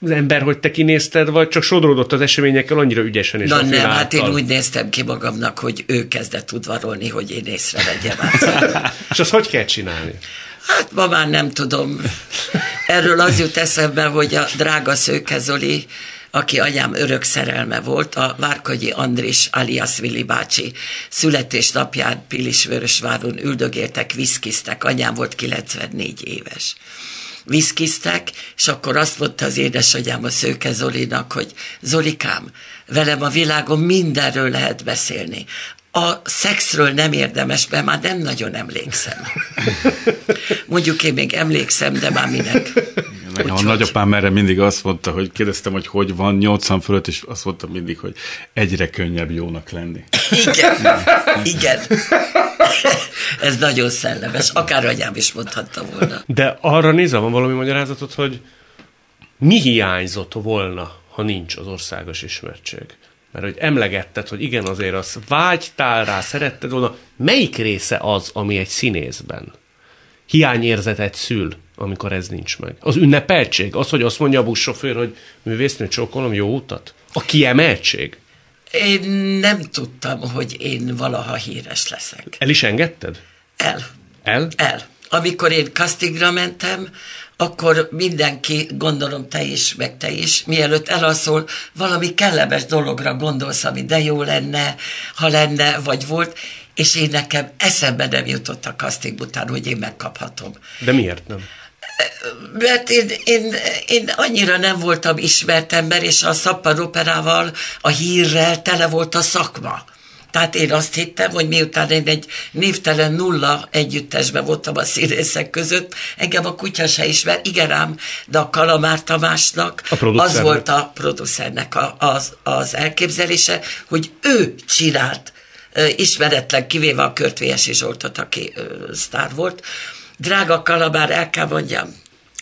az ember, hogy te kinézted, vagy csak sodródott az eseményekkel annyira ügyesen és Na a nem, hát én úgy néztem ki magamnak, hogy ő kezdett udvarolni, hogy én észrevegyem át. És azt hogy kell csinálni? Hát ma már nem tudom. Erről az jut eszembe, hogy a drága Szőke Zoli, aki anyám örök szerelme volt, a Várkonyi Andris alias Vili bácsi születésnapján Pilisvörösváron üldögéltek, viszkiztek, anyám volt kilencvennégy éves. Viszkiztek, és akkor azt mondta az édesanyám a Szőke Zolinak, hogy Zolikám, velem a világon mindenről lehet beszélni. A szexről nem érdemes, mert már nem nagyon emlékszem. Mondjuk én még emlékszem, de már minek. Igen, a nagyapám erre mindig azt mondta, hogy kérdeztem, hogy hogy van nyolcvan fölött, és azt mondta mindig, hogy egyre könnyebb jónak lenni. Igen, igen. Ez nagyon szellemes. Akár anyám is mondhatta volna. De arra nézve van valami magyarázatot, hogy mi hiányzott volna, ha nincs az országos ismertség? Mert hogy emlegetted, hogy igen, azért azt vágytál rá, szeretted volna. Melyik része az, ami egy színészben hiányérzetet szül, amikor ez nincs meg? Az ünnepeltség? Az, hogy azt mondja a buszsofőr, hogy művésznő, csókolom, jó utat? A kiemeltség? Én nem tudtam, hogy én valaha híres leszek. El is engedted? El. El? El. Amikor én castingra mentem, akkor mindenki, gondolom te is, meg te is, mielőtt elalszol, valami kellemes dologra gondolsz, ami de jó lenne, ha lenne, vagy volt, és én nekem eszembe nem jutott a casting után, hogy én megkaphatom. De miért nem? Mert én, én, én annyira nem voltam ismert ember, és a Szappan Operával, a hírrel tele volt a szakma. Tehát én azt hittem, hogy miután én egy névtelen nulla együttesben voltam a színészek között, engem a kutya se ismer, igen ám, de a Kalamár Tamásnak az volt a producernek a, az, az elképzelése, hogy ő csinált, ismeretlen, kivéve a Körtvélyesi Zsoltot, aki ö, sztár volt. Drága Kalamár, el kell mondjam,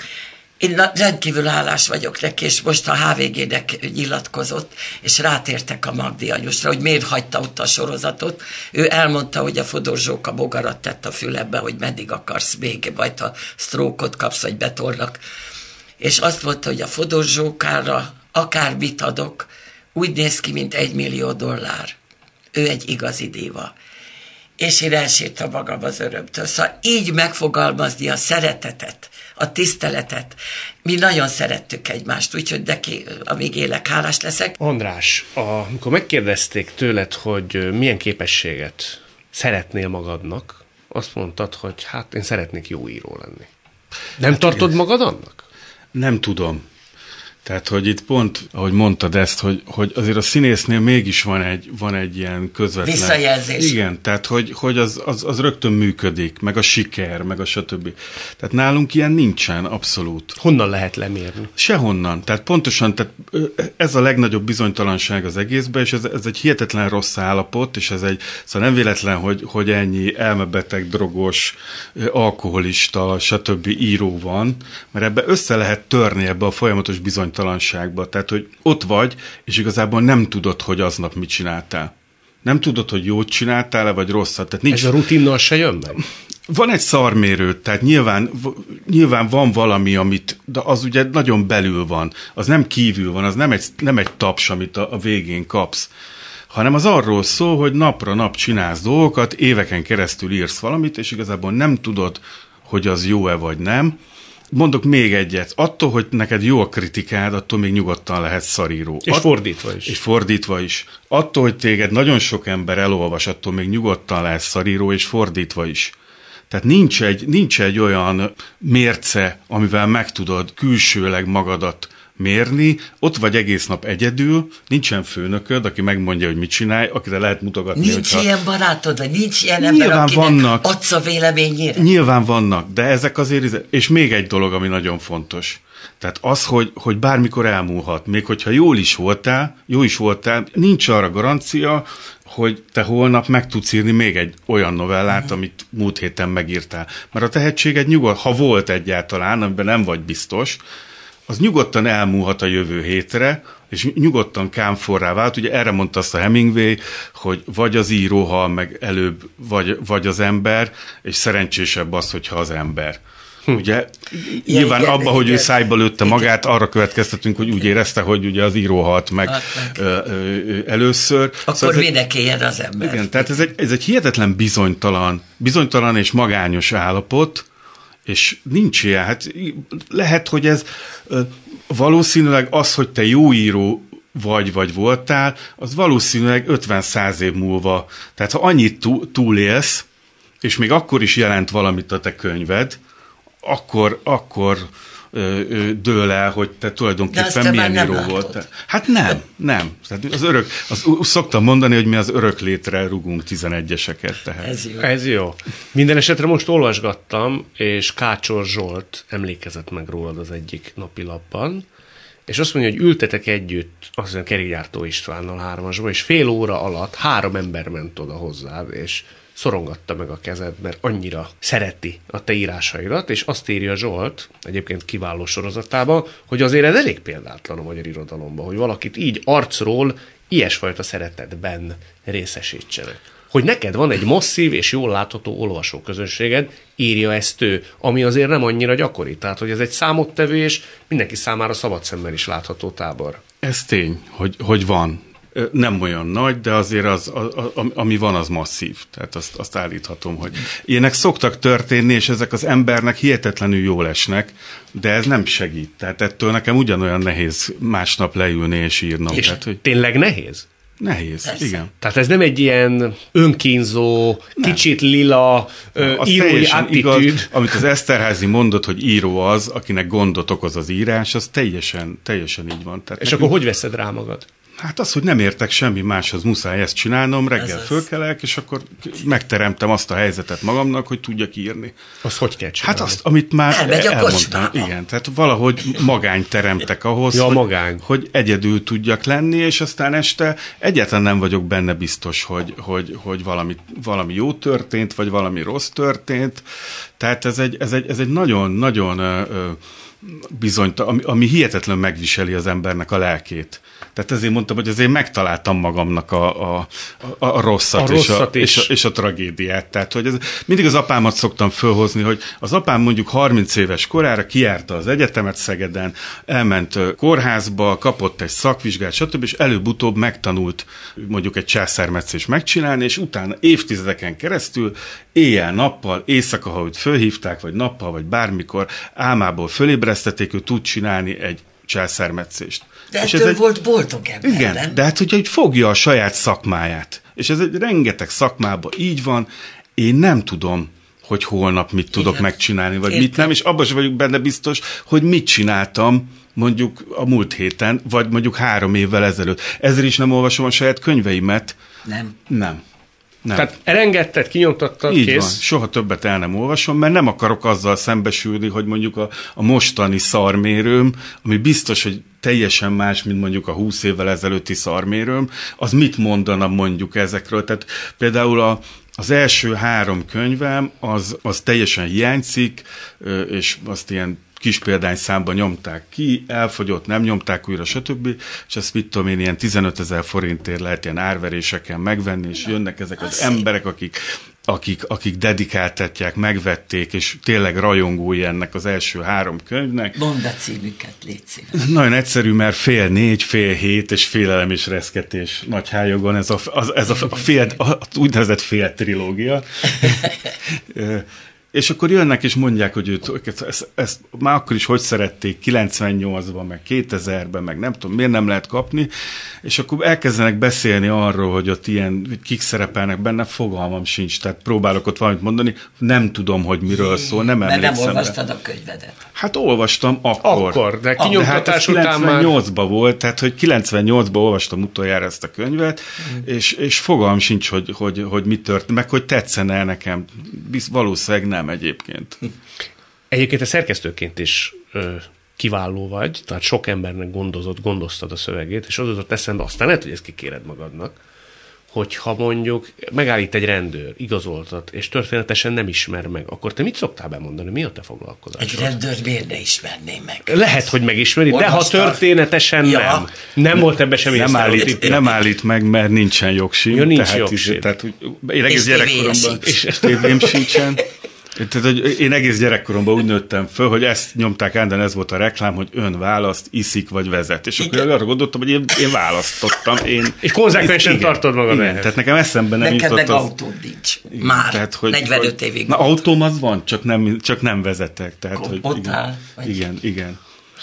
én rendkívül hálás vagyok neki, és most a há vé gének nyilatkozott, és rátértek a Magdi anyusra, hogy miért hagyta ott a sorozatot. Ő elmondta, hogy a Fodor Zsóka bogarat tett a fülembe, hogy meddig akarsz még, majd ha sztrókot kapsz, vagy betornak. És azt mondta, hogy a Fodor Zsókára akármit adok, úgy néz ki, mint egy millió dollár. Ő egy igazi diva. És én elsírtam magam az örömtől. Szóval így megfogalmazni a szeretetet, a tiszteletet. Mi nagyon szerettük egymást, úgyhogy neki, amíg élek, hálás leszek. András, amikor megkérdezték tőled, hogy milyen képességet szeretnél magadnak, azt mondtad, hogy hát én szeretnék jó író lenni. Nem hát tartod igen. magad annak? Nem tudom. Tehát, hogy itt pont, ahogy mondtad ezt, hogy, hogy azért a színésznél mégis van egy, van egy ilyen közvetlen... Visszajelzés. Igen, tehát, hogy, hogy az, az, az rögtön működik, meg a siker, meg a stb. Tehát nálunk ilyen nincsen, abszolút. Honnan lehet lemérni? Sehonnan. Tehát pontosan, tehát ez a legnagyobb bizonytalanság az egészben, és ez, ez egy hihetetlen rossz állapot, és ez egy, szóval nem véletlen, hogy, hogy ennyi elmebeteg, drogos, alkoholista, stb. Író van, mert ebbe össze lehet törni ebbe a folyamatos bizonytalanságba. Talanságba. Tehát, hogy ott vagy, és igazából nem tudod, hogy aznap mit csináltál. Nem tudod, hogy jót csináltál-e, vagy rosszat. Tehát nincs... Ez a rutinnal se jön meg? Van egy szarmérő, tehát nyilván, nyilván van valami, amit, de az ugye nagyon belül van. Az nem kívül van, az nem egy, nem egy taps, amit a, a végén kapsz, hanem az arról szól, hogy napra nap csinálsz dolgokat, éveken keresztül írsz valamit, és igazából nem tudod, hogy az jó-e vagy nem. Mondok még egyet. Attól, hogy neked jó a kritikád, attól még nyugodtan lehet szaríró. És At- fordítva is. És fordítva is. Attól, hogy téged nagyon sok ember elolvas, attól még nyugodtan lehet szaríró, és fordítva is. Tehát nincs egy, nincs egy olyan mérce, amivel meg tudod külsőleg magadat mérni, ott vagy egész nap egyedül, nincsen főnököd, aki megmondja, hogy mit csinálj, akire lehet mutogatni. Nincs hogyha... ilyen barátod, vagy nincs ilyen ember, nyilván akinek vannak, adsz a véleményére? Nyilván vannak, de ezek azért, és még egy dolog, ami nagyon fontos. Tehát az, hogy, hogy bármikor elmúlhat, még hogyha jól is voltál, jó is voltál, nincs arra garancia, hogy te holnap meg tudsz írni még egy olyan novellát, uh-huh. amit múlt héten megírtál. Mert a tehetséged nyugodt, ha volt egyáltalán, amiben nem vagy biztos, az nyugodtan elmúlhat a jövő hétre, és nyugodtan kámforrá vált. Ugye erre mondta azt a Hemingway, hogy vagy az író hal meg előbb, vagy, vagy az ember, és szerencsésebb az, hogyha az ember. Ugye, nyilván igen, abba, hogy igen. ő szájba lőtte igen. magát, arra következtetünk, hogy úgy érezte, hogy ugye az író halt meg, hát meg. Ö, ö, először. Akkor szóval védekeljen az ember. Igen, tehát ez egy, ez egy hihetetlen bizonytalan, bizonytalan és magányos állapot, és nincs ilyen. Hát lehet, hogy ez valószínűleg az, hogy te jó író vagy, vagy voltál, az valószínűleg ötven-száz év múlva. Tehát ha annyit túlélsz, és még akkor is jelent valamit a te könyved, akkor, akkor ö, ö, dől el, hogy te tulajdonképpen milyen író voltál. Hát nem, nem. Tehát az örök, az, szoktam mondani, hogy mi az örök létre rugunk tizenegyeseket. Tehát. Ez jó. Ez jó. Minden esetre most olvasgattam, és Kácsor Zsolt emlékezett meg rólad az egyik napilapban, és azt mondja, hogy ültetek együtt, azt mondja, Kerékgyártó Istvánnal hármasba, és fél óra alatt három ember ment oda hozzád, és szorongatta meg a kezed, mert annyira szereti a te írásaidat, és azt írja Zsolt, egyébként kiváló sorozatában, hogy azért ez elég példátlan a magyar irodalomban, hogy valakit így arcról ilyesfajta szeretetben részesítsenek. Hogy neked van egy masszív és jól látható olvasóközönséged, írja ezt ő, ami azért nem annyira gyakori. Tehát, hogy ez egy számottevő, és mindenki számára szabad szemmel is látható tábor. Ez tény, hogy, hogy van. Nem olyan nagy, de azért az, a, a, ami van, az masszív. Tehát azt, azt állíthatom, hogy ilyenek szoktak történni, és ezek az embernek hihetetlenül jól esnek, de ez nem segít. Tehát ettől nekem ugyanolyan nehéz másnap leülni és írnom. És tehát, hogy tényleg nehéz? Nehéz, persze. Igen. Tehát ez nem egy ilyen önkínzó, nem. kicsit lila, nem, írói attitűd. Amit az Eszterházy mondott, hogy író az, akinek gondot okoz az írás, az teljesen, teljesen így van. Tehát és nekünk... akkor hogy veszed rá magad? Hát az, hogy nem értek semmi máshoz, muszáj ezt csinálnom, reggel fölkelek, és akkor megteremtem azt a helyzetet magamnak, hogy tudjak írni. Azt hogy kell csinálni? Hát azt, amit már Elmegy elmondtam. Igen, tehát valahogy magányt teremtek ahhoz, ja, hogy, magány. hogy egyedül tudjak lenni, és aztán este egyáltalán nem vagyok benne biztos, hogy, hogy, hogy valami, valami jó történt, vagy valami rossz történt. Tehát ez egy, ez egy, ez egy nagyon-nagyon bizony, ami, ami hihetetlen megviseli az embernek a lelkét. Tehát ezért mondtam, hogy azért megtaláltam magamnak a, a, a, a rosszat, a és, rosszat a, és, a, és a tragédiát. Tehát, hogy ez, mindig az apámat szoktam fölhozni, hogy az apám mondjuk harminc éves korára kijárta az egyetemet Szegeden, elment kórházba, kapott egy szakvizsgát, stb., és előbb-utóbb megtanult mondjuk egy császármetszést megcsinálni, és utána évtizedeken keresztül éjjel-nappal, éjszaka, ha őt fölhívták, vagy nappal, vagy bármikor álmából fölébresztették, ő tud csinálni egy császármetszést. De ettől egy, volt boldog ember, igen, nem? de hát, hogyha hogy fogja a saját szakmáját, és ez egy rengeteg szakmában így van, én nem tudom, hogy holnap mit tudok igen. megcsinálni, vagy Értem. mit nem, és abban sem vagyok benne biztos, hogy mit csináltam mondjuk a múlt héten, vagy mondjuk három évvel ezelőtt. Ezért is nem olvasom a saját könyveimet. Nem. Nem. Nem. Tehát elengedted, kinyomtattad, így kész? Van. Soha többet el nem olvasom, mert nem akarok azzal szembesülni, hogy mondjuk a, a mostani szarmérőm, ami biztos, hogy teljesen más, mint mondjuk a húsz évvel ezelőtti szarmérőm, az mit mondana mondjuk ezekről. Tehát például a, az első három könyvem, az, az teljesen hiányzik, és azt ilyen kis példányszámban nyomták ki, elfogyott, nem nyomták újra, stb. És ezt mit tudom én, ilyen tizenötezer forintért lehet ilyen árveréseken megvenni, és jönnek ezek az emberek, akik, akik, akik dedikáltatják, megvették, és tényleg rajongói ennek az első három könyvnek. Mondd a címüket, légy szíves. Nagyon egyszerű, mert fél négy, fél hét, és félelem és reszketés nagy hályogon, ez a, az, ez a, a, fél, a úgynevezett fél trilógia. És akkor jönnek és mondják, hogy őt, ezt, ezt már akkor is hogy szerették, kilencvennyolcban, meg kétezerben, meg nem tudom, miért nem lehet kapni, és akkor elkezdenek beszélni arról, hogy ott ilyen, hogy kik szerepelnek benne, fogalmam sincs, tehát próbálok ott valamit mondani, nem tudom, hogy miről szól, nem emlékszem. Mert nem olvastad a könyvedet. Hát olvastam akkor. Akkor, de kinyomtatás után már... kilencvennyolcban volt, tehát hogy kilencvennyolcban olvastam utoljára ezt a könyvet, mm. és, és fogalmam sincs, hogy, hogy, hogy mi történt, meg hogy tetszene nekem. Bizt, valószínűleg nem egyébként. Egyébként a szerkesztőként is ö, kiváló vagy, tehát sok embernek gondozott, gondoztad a szövegét, és az jutott eszembe, aztán lehet, hogy ezt kikéred magadnak, hogyha mondjuk megállít egy rendőr, igazoltat, és történetesen nem ismer meg, akkor te mit szoktál bemondani? Mi a te foglalkozásod? Egy rendőr miért ne ismerné meg? Lehet, hogy megismeri, de ha történetesen ja. nem. Nem volt ebben semmi nem állít, nem állít meg, mert nincsen jogsim. Ja, nincs tehát jogsim. Tehát, úgy, én egész gyerekkoromban és tévém sincsen. Tehát, hogy én egész gyerekkoromban úgy nőttem föl, hogy ezt nyomták át, de ez volt a reklám, hogy ön választ, iszik vagy vezet. És akkor arra gondoltam, hogy én, én választottam. Én, és konzekvensen tartod magad igen, ehhez. Tehát nekem eszembe nem Neked jutott meg az... autód nincs. Már. Tehát, hogy, negyvenöt hogy, évig. Na, autóm az van, csak nem, csak nem vezetek. Tehát, hogy, igen, igen, igen.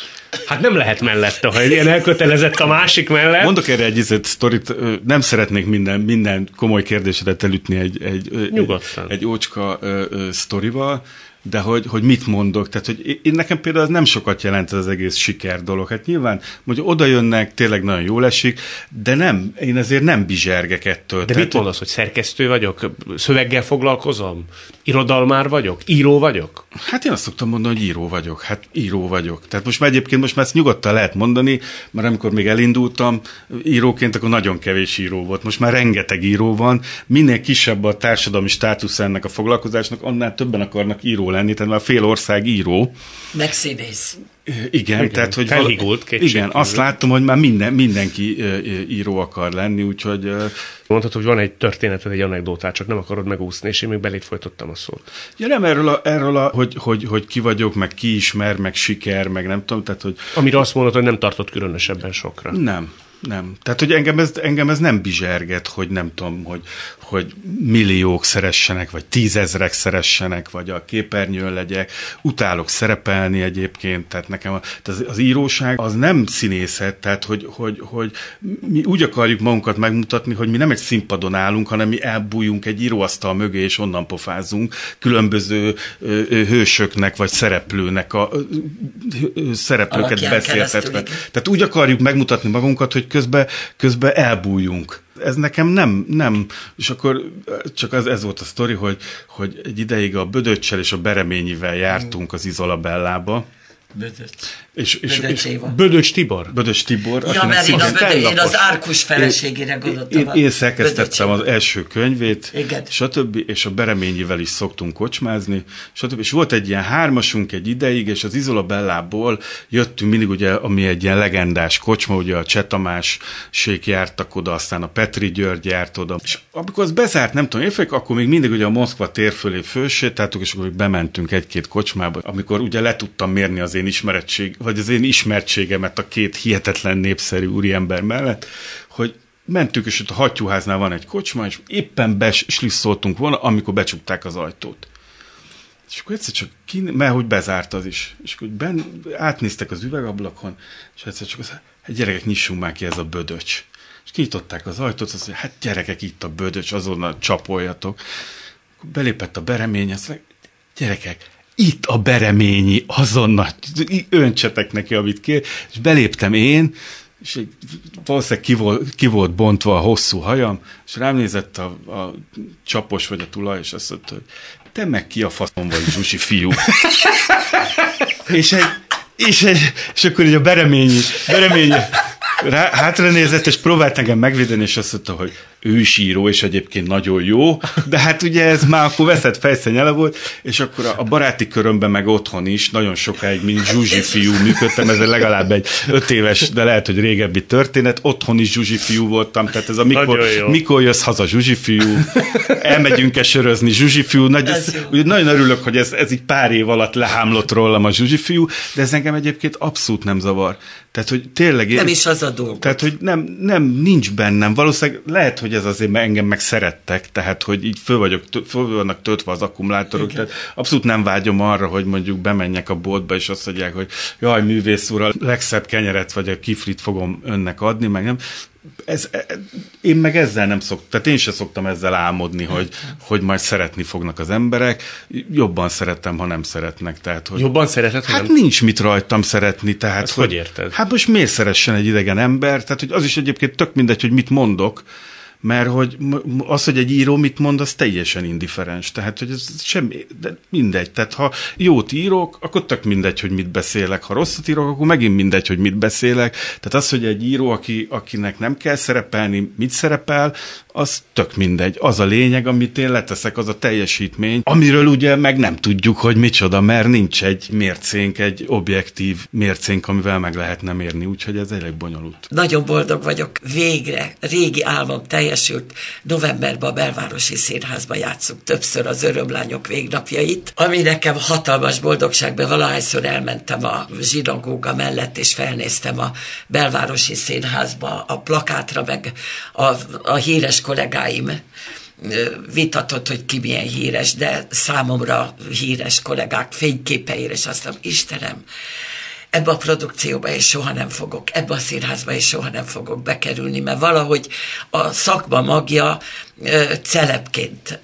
Hát nem lehet mellette, ha ilyen elkötelezett a másik mellett. Mondok erre egy izet, sztorit, nem szeretnék minden, minden komoly kérdésedet elütni egy, egy, egy, egy ócska ö, ö, sztorival, de hogy, hogy mit mondok, tehát hogy én nekem például ez nem sokat jelent ez az egész siker dolog. Hát nyilván, hogy oda jönnek, tényleg nagyon jól esik, de nem, én azért nem bizsergek ettől. De tehát, mit mondasz, hogy szerkesztő vagyok, szöveggel foglalkozom, irodalmár vagyok, író vagyok? Hát én azt szoktam mondani, hogy író vagyok, hát író vagyok. Tehát most már egyébként most már ezt nyugodtan lehet mondani, mert amikor még elindultam íróként, akkor nagyon kevés író volt. Most már rengeteg író van, minél kisebb a társadalmi státusz ennek a foglalkozásnak, annál többen akarnak író lenni, tehát már fél ország író. Meg színész. Igen, igen, tehát, hogy felhigult, val- igen, azt láttam, hogy már minden, mindenki író akar lenni, úgyhogy... Mondhatod, hogy van egy történeted, egy anekdótát, csak nem akarod megúszni, és én még belét folytottam a szót. Ja, nem erről, a, erről a, hogy, hogy, hogy ki vagyok, meg ki ismer, meg siker, meg nem tudom, tehát, hogy... Amire azt mondod, hogy nem tartott különösebben sokra. Nem. Nem. Tehát, hogy engem ez, engem ez nem bizserget, hogy nem tudom, hogy, hogy milliók szeressenek, vagy tízezrek szeressenek, vagy a képernyőn legyek. Utálok szerepelni egyébként, tehát nekem a, tehát az, az íróság az nem színészet, tehát, hogy, hogy, hogy mi úgy akarjuk magunkat megmutatni, hogy mi nem egy színpadon állunk, hanem mi elbújunk egy íróasztal mögé, és onnan pofázunk különböző ö, ö, hősöknek, vagy szereplőnek a ö, ö, szereplőket beszéltetve. Tehát úgy akarjuk megmutatni magunkat, hogy közben, közben elbújjunk. Ez nekem nem, nem, és akkor csak az, ez volt a sztori, hogy, hogy egy ideig a Bödöccsel és a Bereményivel jártunk az Izolabellába. Bödöcs. És, és, Bödöcs és Bödöcs Tibor? Bödöcs Tibor. Ja, mert én, a Bödö, én az Árkus feleségére gondoltam. Én, én szerkesztettem az első könyvét, igen. Stb. És a Bereményivel is szoktunk kocsmázni, stb. És volt egy ilyen hármasunk egy ideig, és az Izolabellából jöttünk mindig, ugye, ami egy ilyen legendás kocsma, ugye a Cseh Tamásék jártak oda, aztán a Petri György járt oda. És amikor az bezárt, nem tudom, évek, akkor még mindig ugye a Moszkva tér fölé fölsétáltuk, és akkor bementünk egy-két kocsmába, amikor ugye le tudtam mérni az én ismerettség, vagy az én ismertségemet a két hihetetlen népszerű úriember mellett, hogy mentünk, és ott a Hattyúháznál van egy kocsma, és éppen beslisszoltunk volna, amikor becsukták az ajtót. És akkor egyszer csak, ki, mert hogy bezárt az is. És akkor ben, átnéztek az üvegablakon, és egyszer csak az, hát gyerekek, nyissunk már ki, ez a Bödöcs. És kinyitották az ajtót, azt mondja, hát gyerekek, itt a Bödöcs, azonnal csapoljatok. Akkor belépett a Beremény, azt mondja, gyerekek, itt a Bereményi, azonnal öntsetek neki, amit kér, és beléptem én, és egy, valószínűleg ki volt, ki volt bontva a hosszú hajam, és rám nézett a, a csapos vagy a tulaj, és azt mondta, hogy te meg ki a faszom vagy, Zsusi fiú. és, egy, és, egy, és akkor így a Bereményi, Bereményi rá, hátra nézett, és próbált engem megvédeni, és azt mondta, hogy ő is író, és egyébként nagyon jó, de hát ugye ez már akkor veszett fejszennyele volt, és akkor a, a baráti körömben meg otthon is nagyon sokáig, mint Zsuzsi fiú működtem, ez legalább egy öt éves, de lehet, hogy régebbi történet, otthon is Zsuzsi fiú voltam, tehát ez a mikor, mikor jössz haza Zsuzsi fiú, elmegyünk-e sörözni Zsuzsi fiú, nagy, ez, ugye nagyon örülök, hogy ez, ez így pár év alatt lehámlott rólam a Zsuzsi fiú, de ez engem egyébként abszolút nem zavar. Tehát, hogy tényleg... Nem is az a dolog. Tehát, hogy nem, nem, nincs bennem. Valószínűleg lehet, hogy ez azért, mert engem meg szerettek, tehát, hogy így föl vagyok, föl vannak töltve az akkumulátorok, igen. Tehát abszolút nem vágyom arra, hogy mondjuk bemenjek a boltba, és azt mondják, hogy jaj, művész úr, a legszebb kenyeret, vagy a kiflit fogom önnek adni, meg nem. Ez, én meg ezzel nem szoktam, tehát én sem szoktam ezzel álmodni, hogy, hogy majd szeretni fognak az emberek. Jobban szeretem, ha nem szeretnek. Tehát, hogy, jobban szereted, hát nem? nincs mit rajtam szeretni. Tehát, ezt hogy, hogy érted? Hát most miért szeressen egy idegen ember? Tehát, hogy az is egyébként tök mindegy, hogy mit mondok, mert hogy az, hogy egy író mit mond, az teljesen indiferens. Tehát, hogy ez semmi, de mindegy. Tehát, ha jót írok, akkor tök mindegy, hogy mit beszélek. Ha rosszat írok, akkor megint mindegy, hogy mit beszélek. Tehát az, hogy egy író, aki, akinek nem kell szerepelni, mit szerepel, az tök mindegy. Az a lényeg, amit én leteszek, az a teljesítmény, amiről ugye meg nem tudjuk, hogy micsoda, mert nincs egy mércénk, egy objektív mércénk, amivel meg lehetne mérni, úgyhogy ez elég bonyolult. Nagyon boldog vagyok, végre, régi álmom teljesült. Novemberben a Belvárosi Színházban játszunk többször az Örömlányok végnapjait, ami nekem hatalmas boldogságban, valahányszor elmentem a zsinagóga mellett, és felnéztem a Belvárosi Színházba, a plakátra, meg a, a híres kollégáim vitatott, hogy ki milyen híres, de számomra híres kollégák fényképeire, és azt mondom, Istenem, ebbe a produkcióba is soha nem fogok, ebbe a színházba is soha nem fogok bekerülni, mert valahogy a szakma magja celebként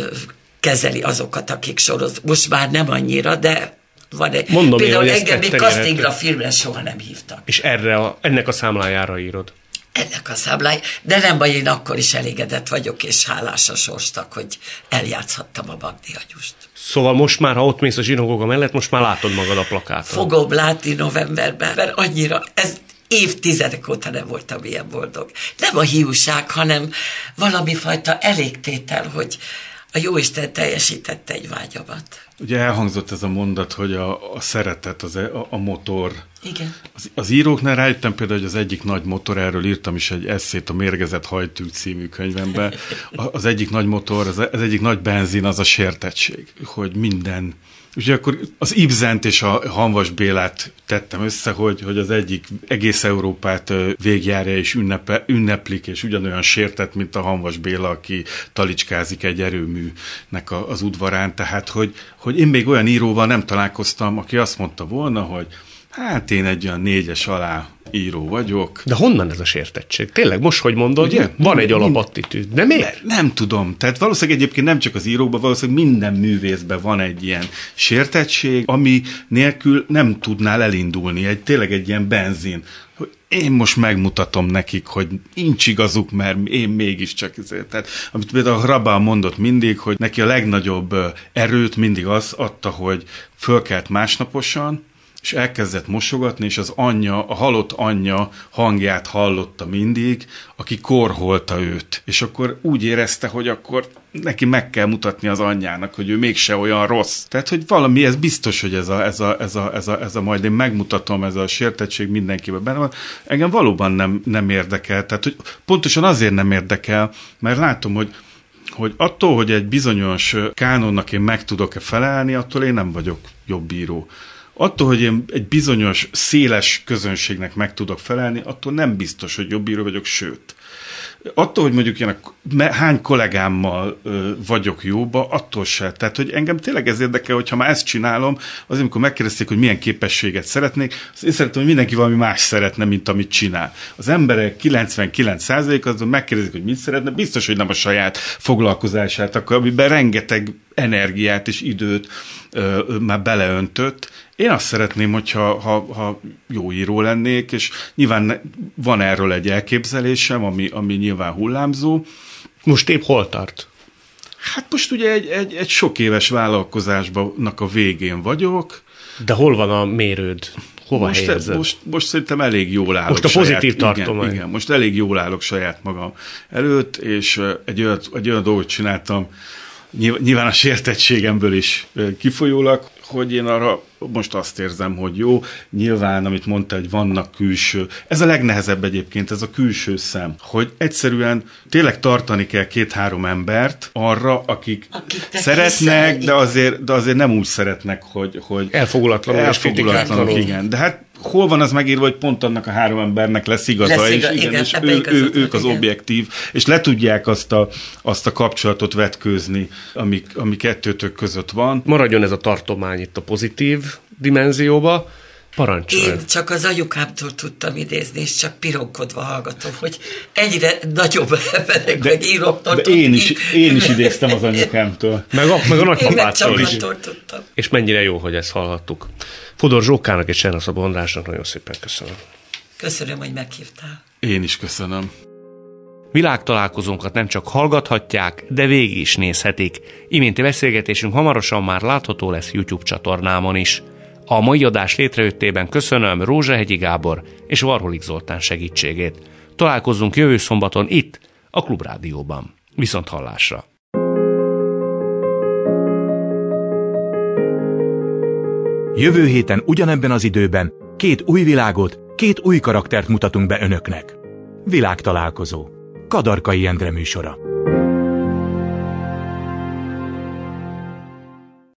kezeli azokat, akik soroz. Most már nem annyira, de van egy... Mondom például én, engem még castingra, filmre soha nem hívtak. És erre a, ennek a számlájára írod? Ennek a számlája, de nem baj, én akkor is elégedett vagyok, és hálás a sorsnak, hogy eljátszhattam a Magdi Anyust. Szóval most már, ha ott mész a zsinagóga mellett, most már látod magad a plakáton. Fogom látni novemberben, mert annyira, ez évtizedek óta nem voltam ilyen boldog. Nem a hiúság, hanem valami fajta elégtétel, hogy a Jóisten teljesítette egy vágyamat. Ugye elhangzott ez a mondat, hogy a, a szeretet, az, a, a motor. Igen. Az, az íróknál rájöttem például, hogy az egyik nagy motor, erről írtam is egy esszét a Mérgezett hajtűk című könyvemben, az egyik nagy motor, az, az egyik nagy benzin az a sértettség, hogy minden. Ugye akkor az Ibzent és a Hanvas Bélát tettem össze, hogy, hogy az egyik egész Európát végigjárja és ünnepe, ünneplik, és ugyanolyan sértett, mint a Hanvas Béla, aki talicskázik egy erőműnek a, az udvarán. Tehát, hogy, hogy én még olyan íróval nem találkoztam, aki azt mondta volna, hogy hát én egy olyan négyes alá író vagyok. De honnan ez a sértettség? Tényleg, most, hogy mondod, ugye? Van egy alapattitűd. De miért? Nem, nem tudom. Tehát valószínűleg egyébként nem csak az írókban, valószínűleg minden művészben van egy ilyen sértettség, ami nélkül nem tudnál elindulni. Egy, tényleg egy ilyen benzin. Hogy én most megmutatom nekik, hogy nincs igazuk, mert én mégiscsak ezért. Tehát, amit például Hrabal mondott mindig, hogy neki a legnagyobb erőt mindig az adta, hogy fölkelt másnaposan, és elkezdett mosogatni, és az anyja, a halott anyja hangját hallotta mindig, aki korholta őt. És akkor úgy érezte, hogy akkor neki meg kell mutatni az anyjának, hogy ő mégse olyan rossz. Tehát, hogy valami, ez biztos, hogy ez a, ez a, ez a, ez a, ez a majd én megmutatom, ez a sértettség mindenkiben benne van. Engem valóban nem, nem érdekel. Tehát, hogy pontosan azért nem érdekel, mert látom, hogy hogy attól, hogy egy bizonyos kánonnak én meg tudok-e felelni, attól én nem vagyok jobb író. Attól, hogy én egy bizonyos széles közönségnek meg tudok felelni, attól nem biztos, hogy jobb író vagyok, sőt. Attól, hogy mondjuk én a, hány kollégámmal ö, vagyok jóba, attól se. Tehát, hogy engem tényleg ez érdekel, hogy ha már ezt csinálom, az amikor megkérdezték, hogy milyen képességet szeretnék, az én szeretem, hogy mindenki valami más szeretne, mint amit csinál. Az emberek kilencvenkilenc százalék azon megkérdezik, hogy mit szeretne, biztos, hogy nem a saját foglalkozását, akkor, amiben rengeteg energiát és időt ö, ö, már beleöntött. Én azt szeretném, hogyha ha, ha jó író lennék, és nyilván van erről egy elképzelésem, ami, ami nyilván hullámzó. Most épp hol tart? Hát most ugye egy, egy, egy sok éves vállalkozásnak a végén vagyok. De hol van a mérőd? Hova most, helyezed? Most, most szerintem elég jól állok. Most a pozitív saját, tartomány. Igen, igen, most elég jól állok saját magam előtt, és egy olyan, egy olyan dolgot csináltam, nyilván a sértettségemből is kifolyólag, hogy én arra most azt érzem, hogy jó, nyilván, amit mondta, hogy vannak külső, ez a legnehezebb egyébként, ez a külső szem, hogy egyszerűen tényleg tartani kell két-három embert arra, akik Akiknek szeretnek, hiszel, de azért, de azért nem úgy szeretnek, hogy, hogy elfogulatlanul, elfogulatlanul, igen. De hát hol van az megírva, hogy pont annak a három embernek lesz igaza, lesz és, igaz, igen, igen, és ebbe ő, igazad ő, van, ők az igen. objektív, és le tudják azt a, azt a kapcsolatot vetkőzni, ami, ami kettőtök között van. Maradjon ez a tartomány itt a pozitív dimenzióba. Parancsolj. Én csak az anyukámtól tudtam idézni, és csak pironkodva hallgatom, hogy egyre nagyobb emberek meg íróktól De tud én is, így. én is idéztem az anyukámtól. Meg a, meg a Én meg nagypapától is. csak attól tudtam. És mennyire jó, hogy ezt hallhattuk. Fodor Zsókának és Csernaszabó Andrásnak nagyon szépen köszönöm. Köszönöm, hogy meghívtál. Én is köszönöm. Világtalálkozónkat nem csak hallgathatják, de végig is nézhetik. Iménti beszélgetésünk hamarosan már látható lesz YouTube csatornámon is. A mai adás létrejöttében köszönöm Rózsahegyi Gábor és Varholik Zoltán segítségét. Találkozzunk jövő szombaton itt, a Klubrádióban. Viszont hallásra! Jövő héten ugyanebben az időben két új világot, két új karaktert mutatunk be önöknek. Világtalálkozó. Kadarkai Endre műsora.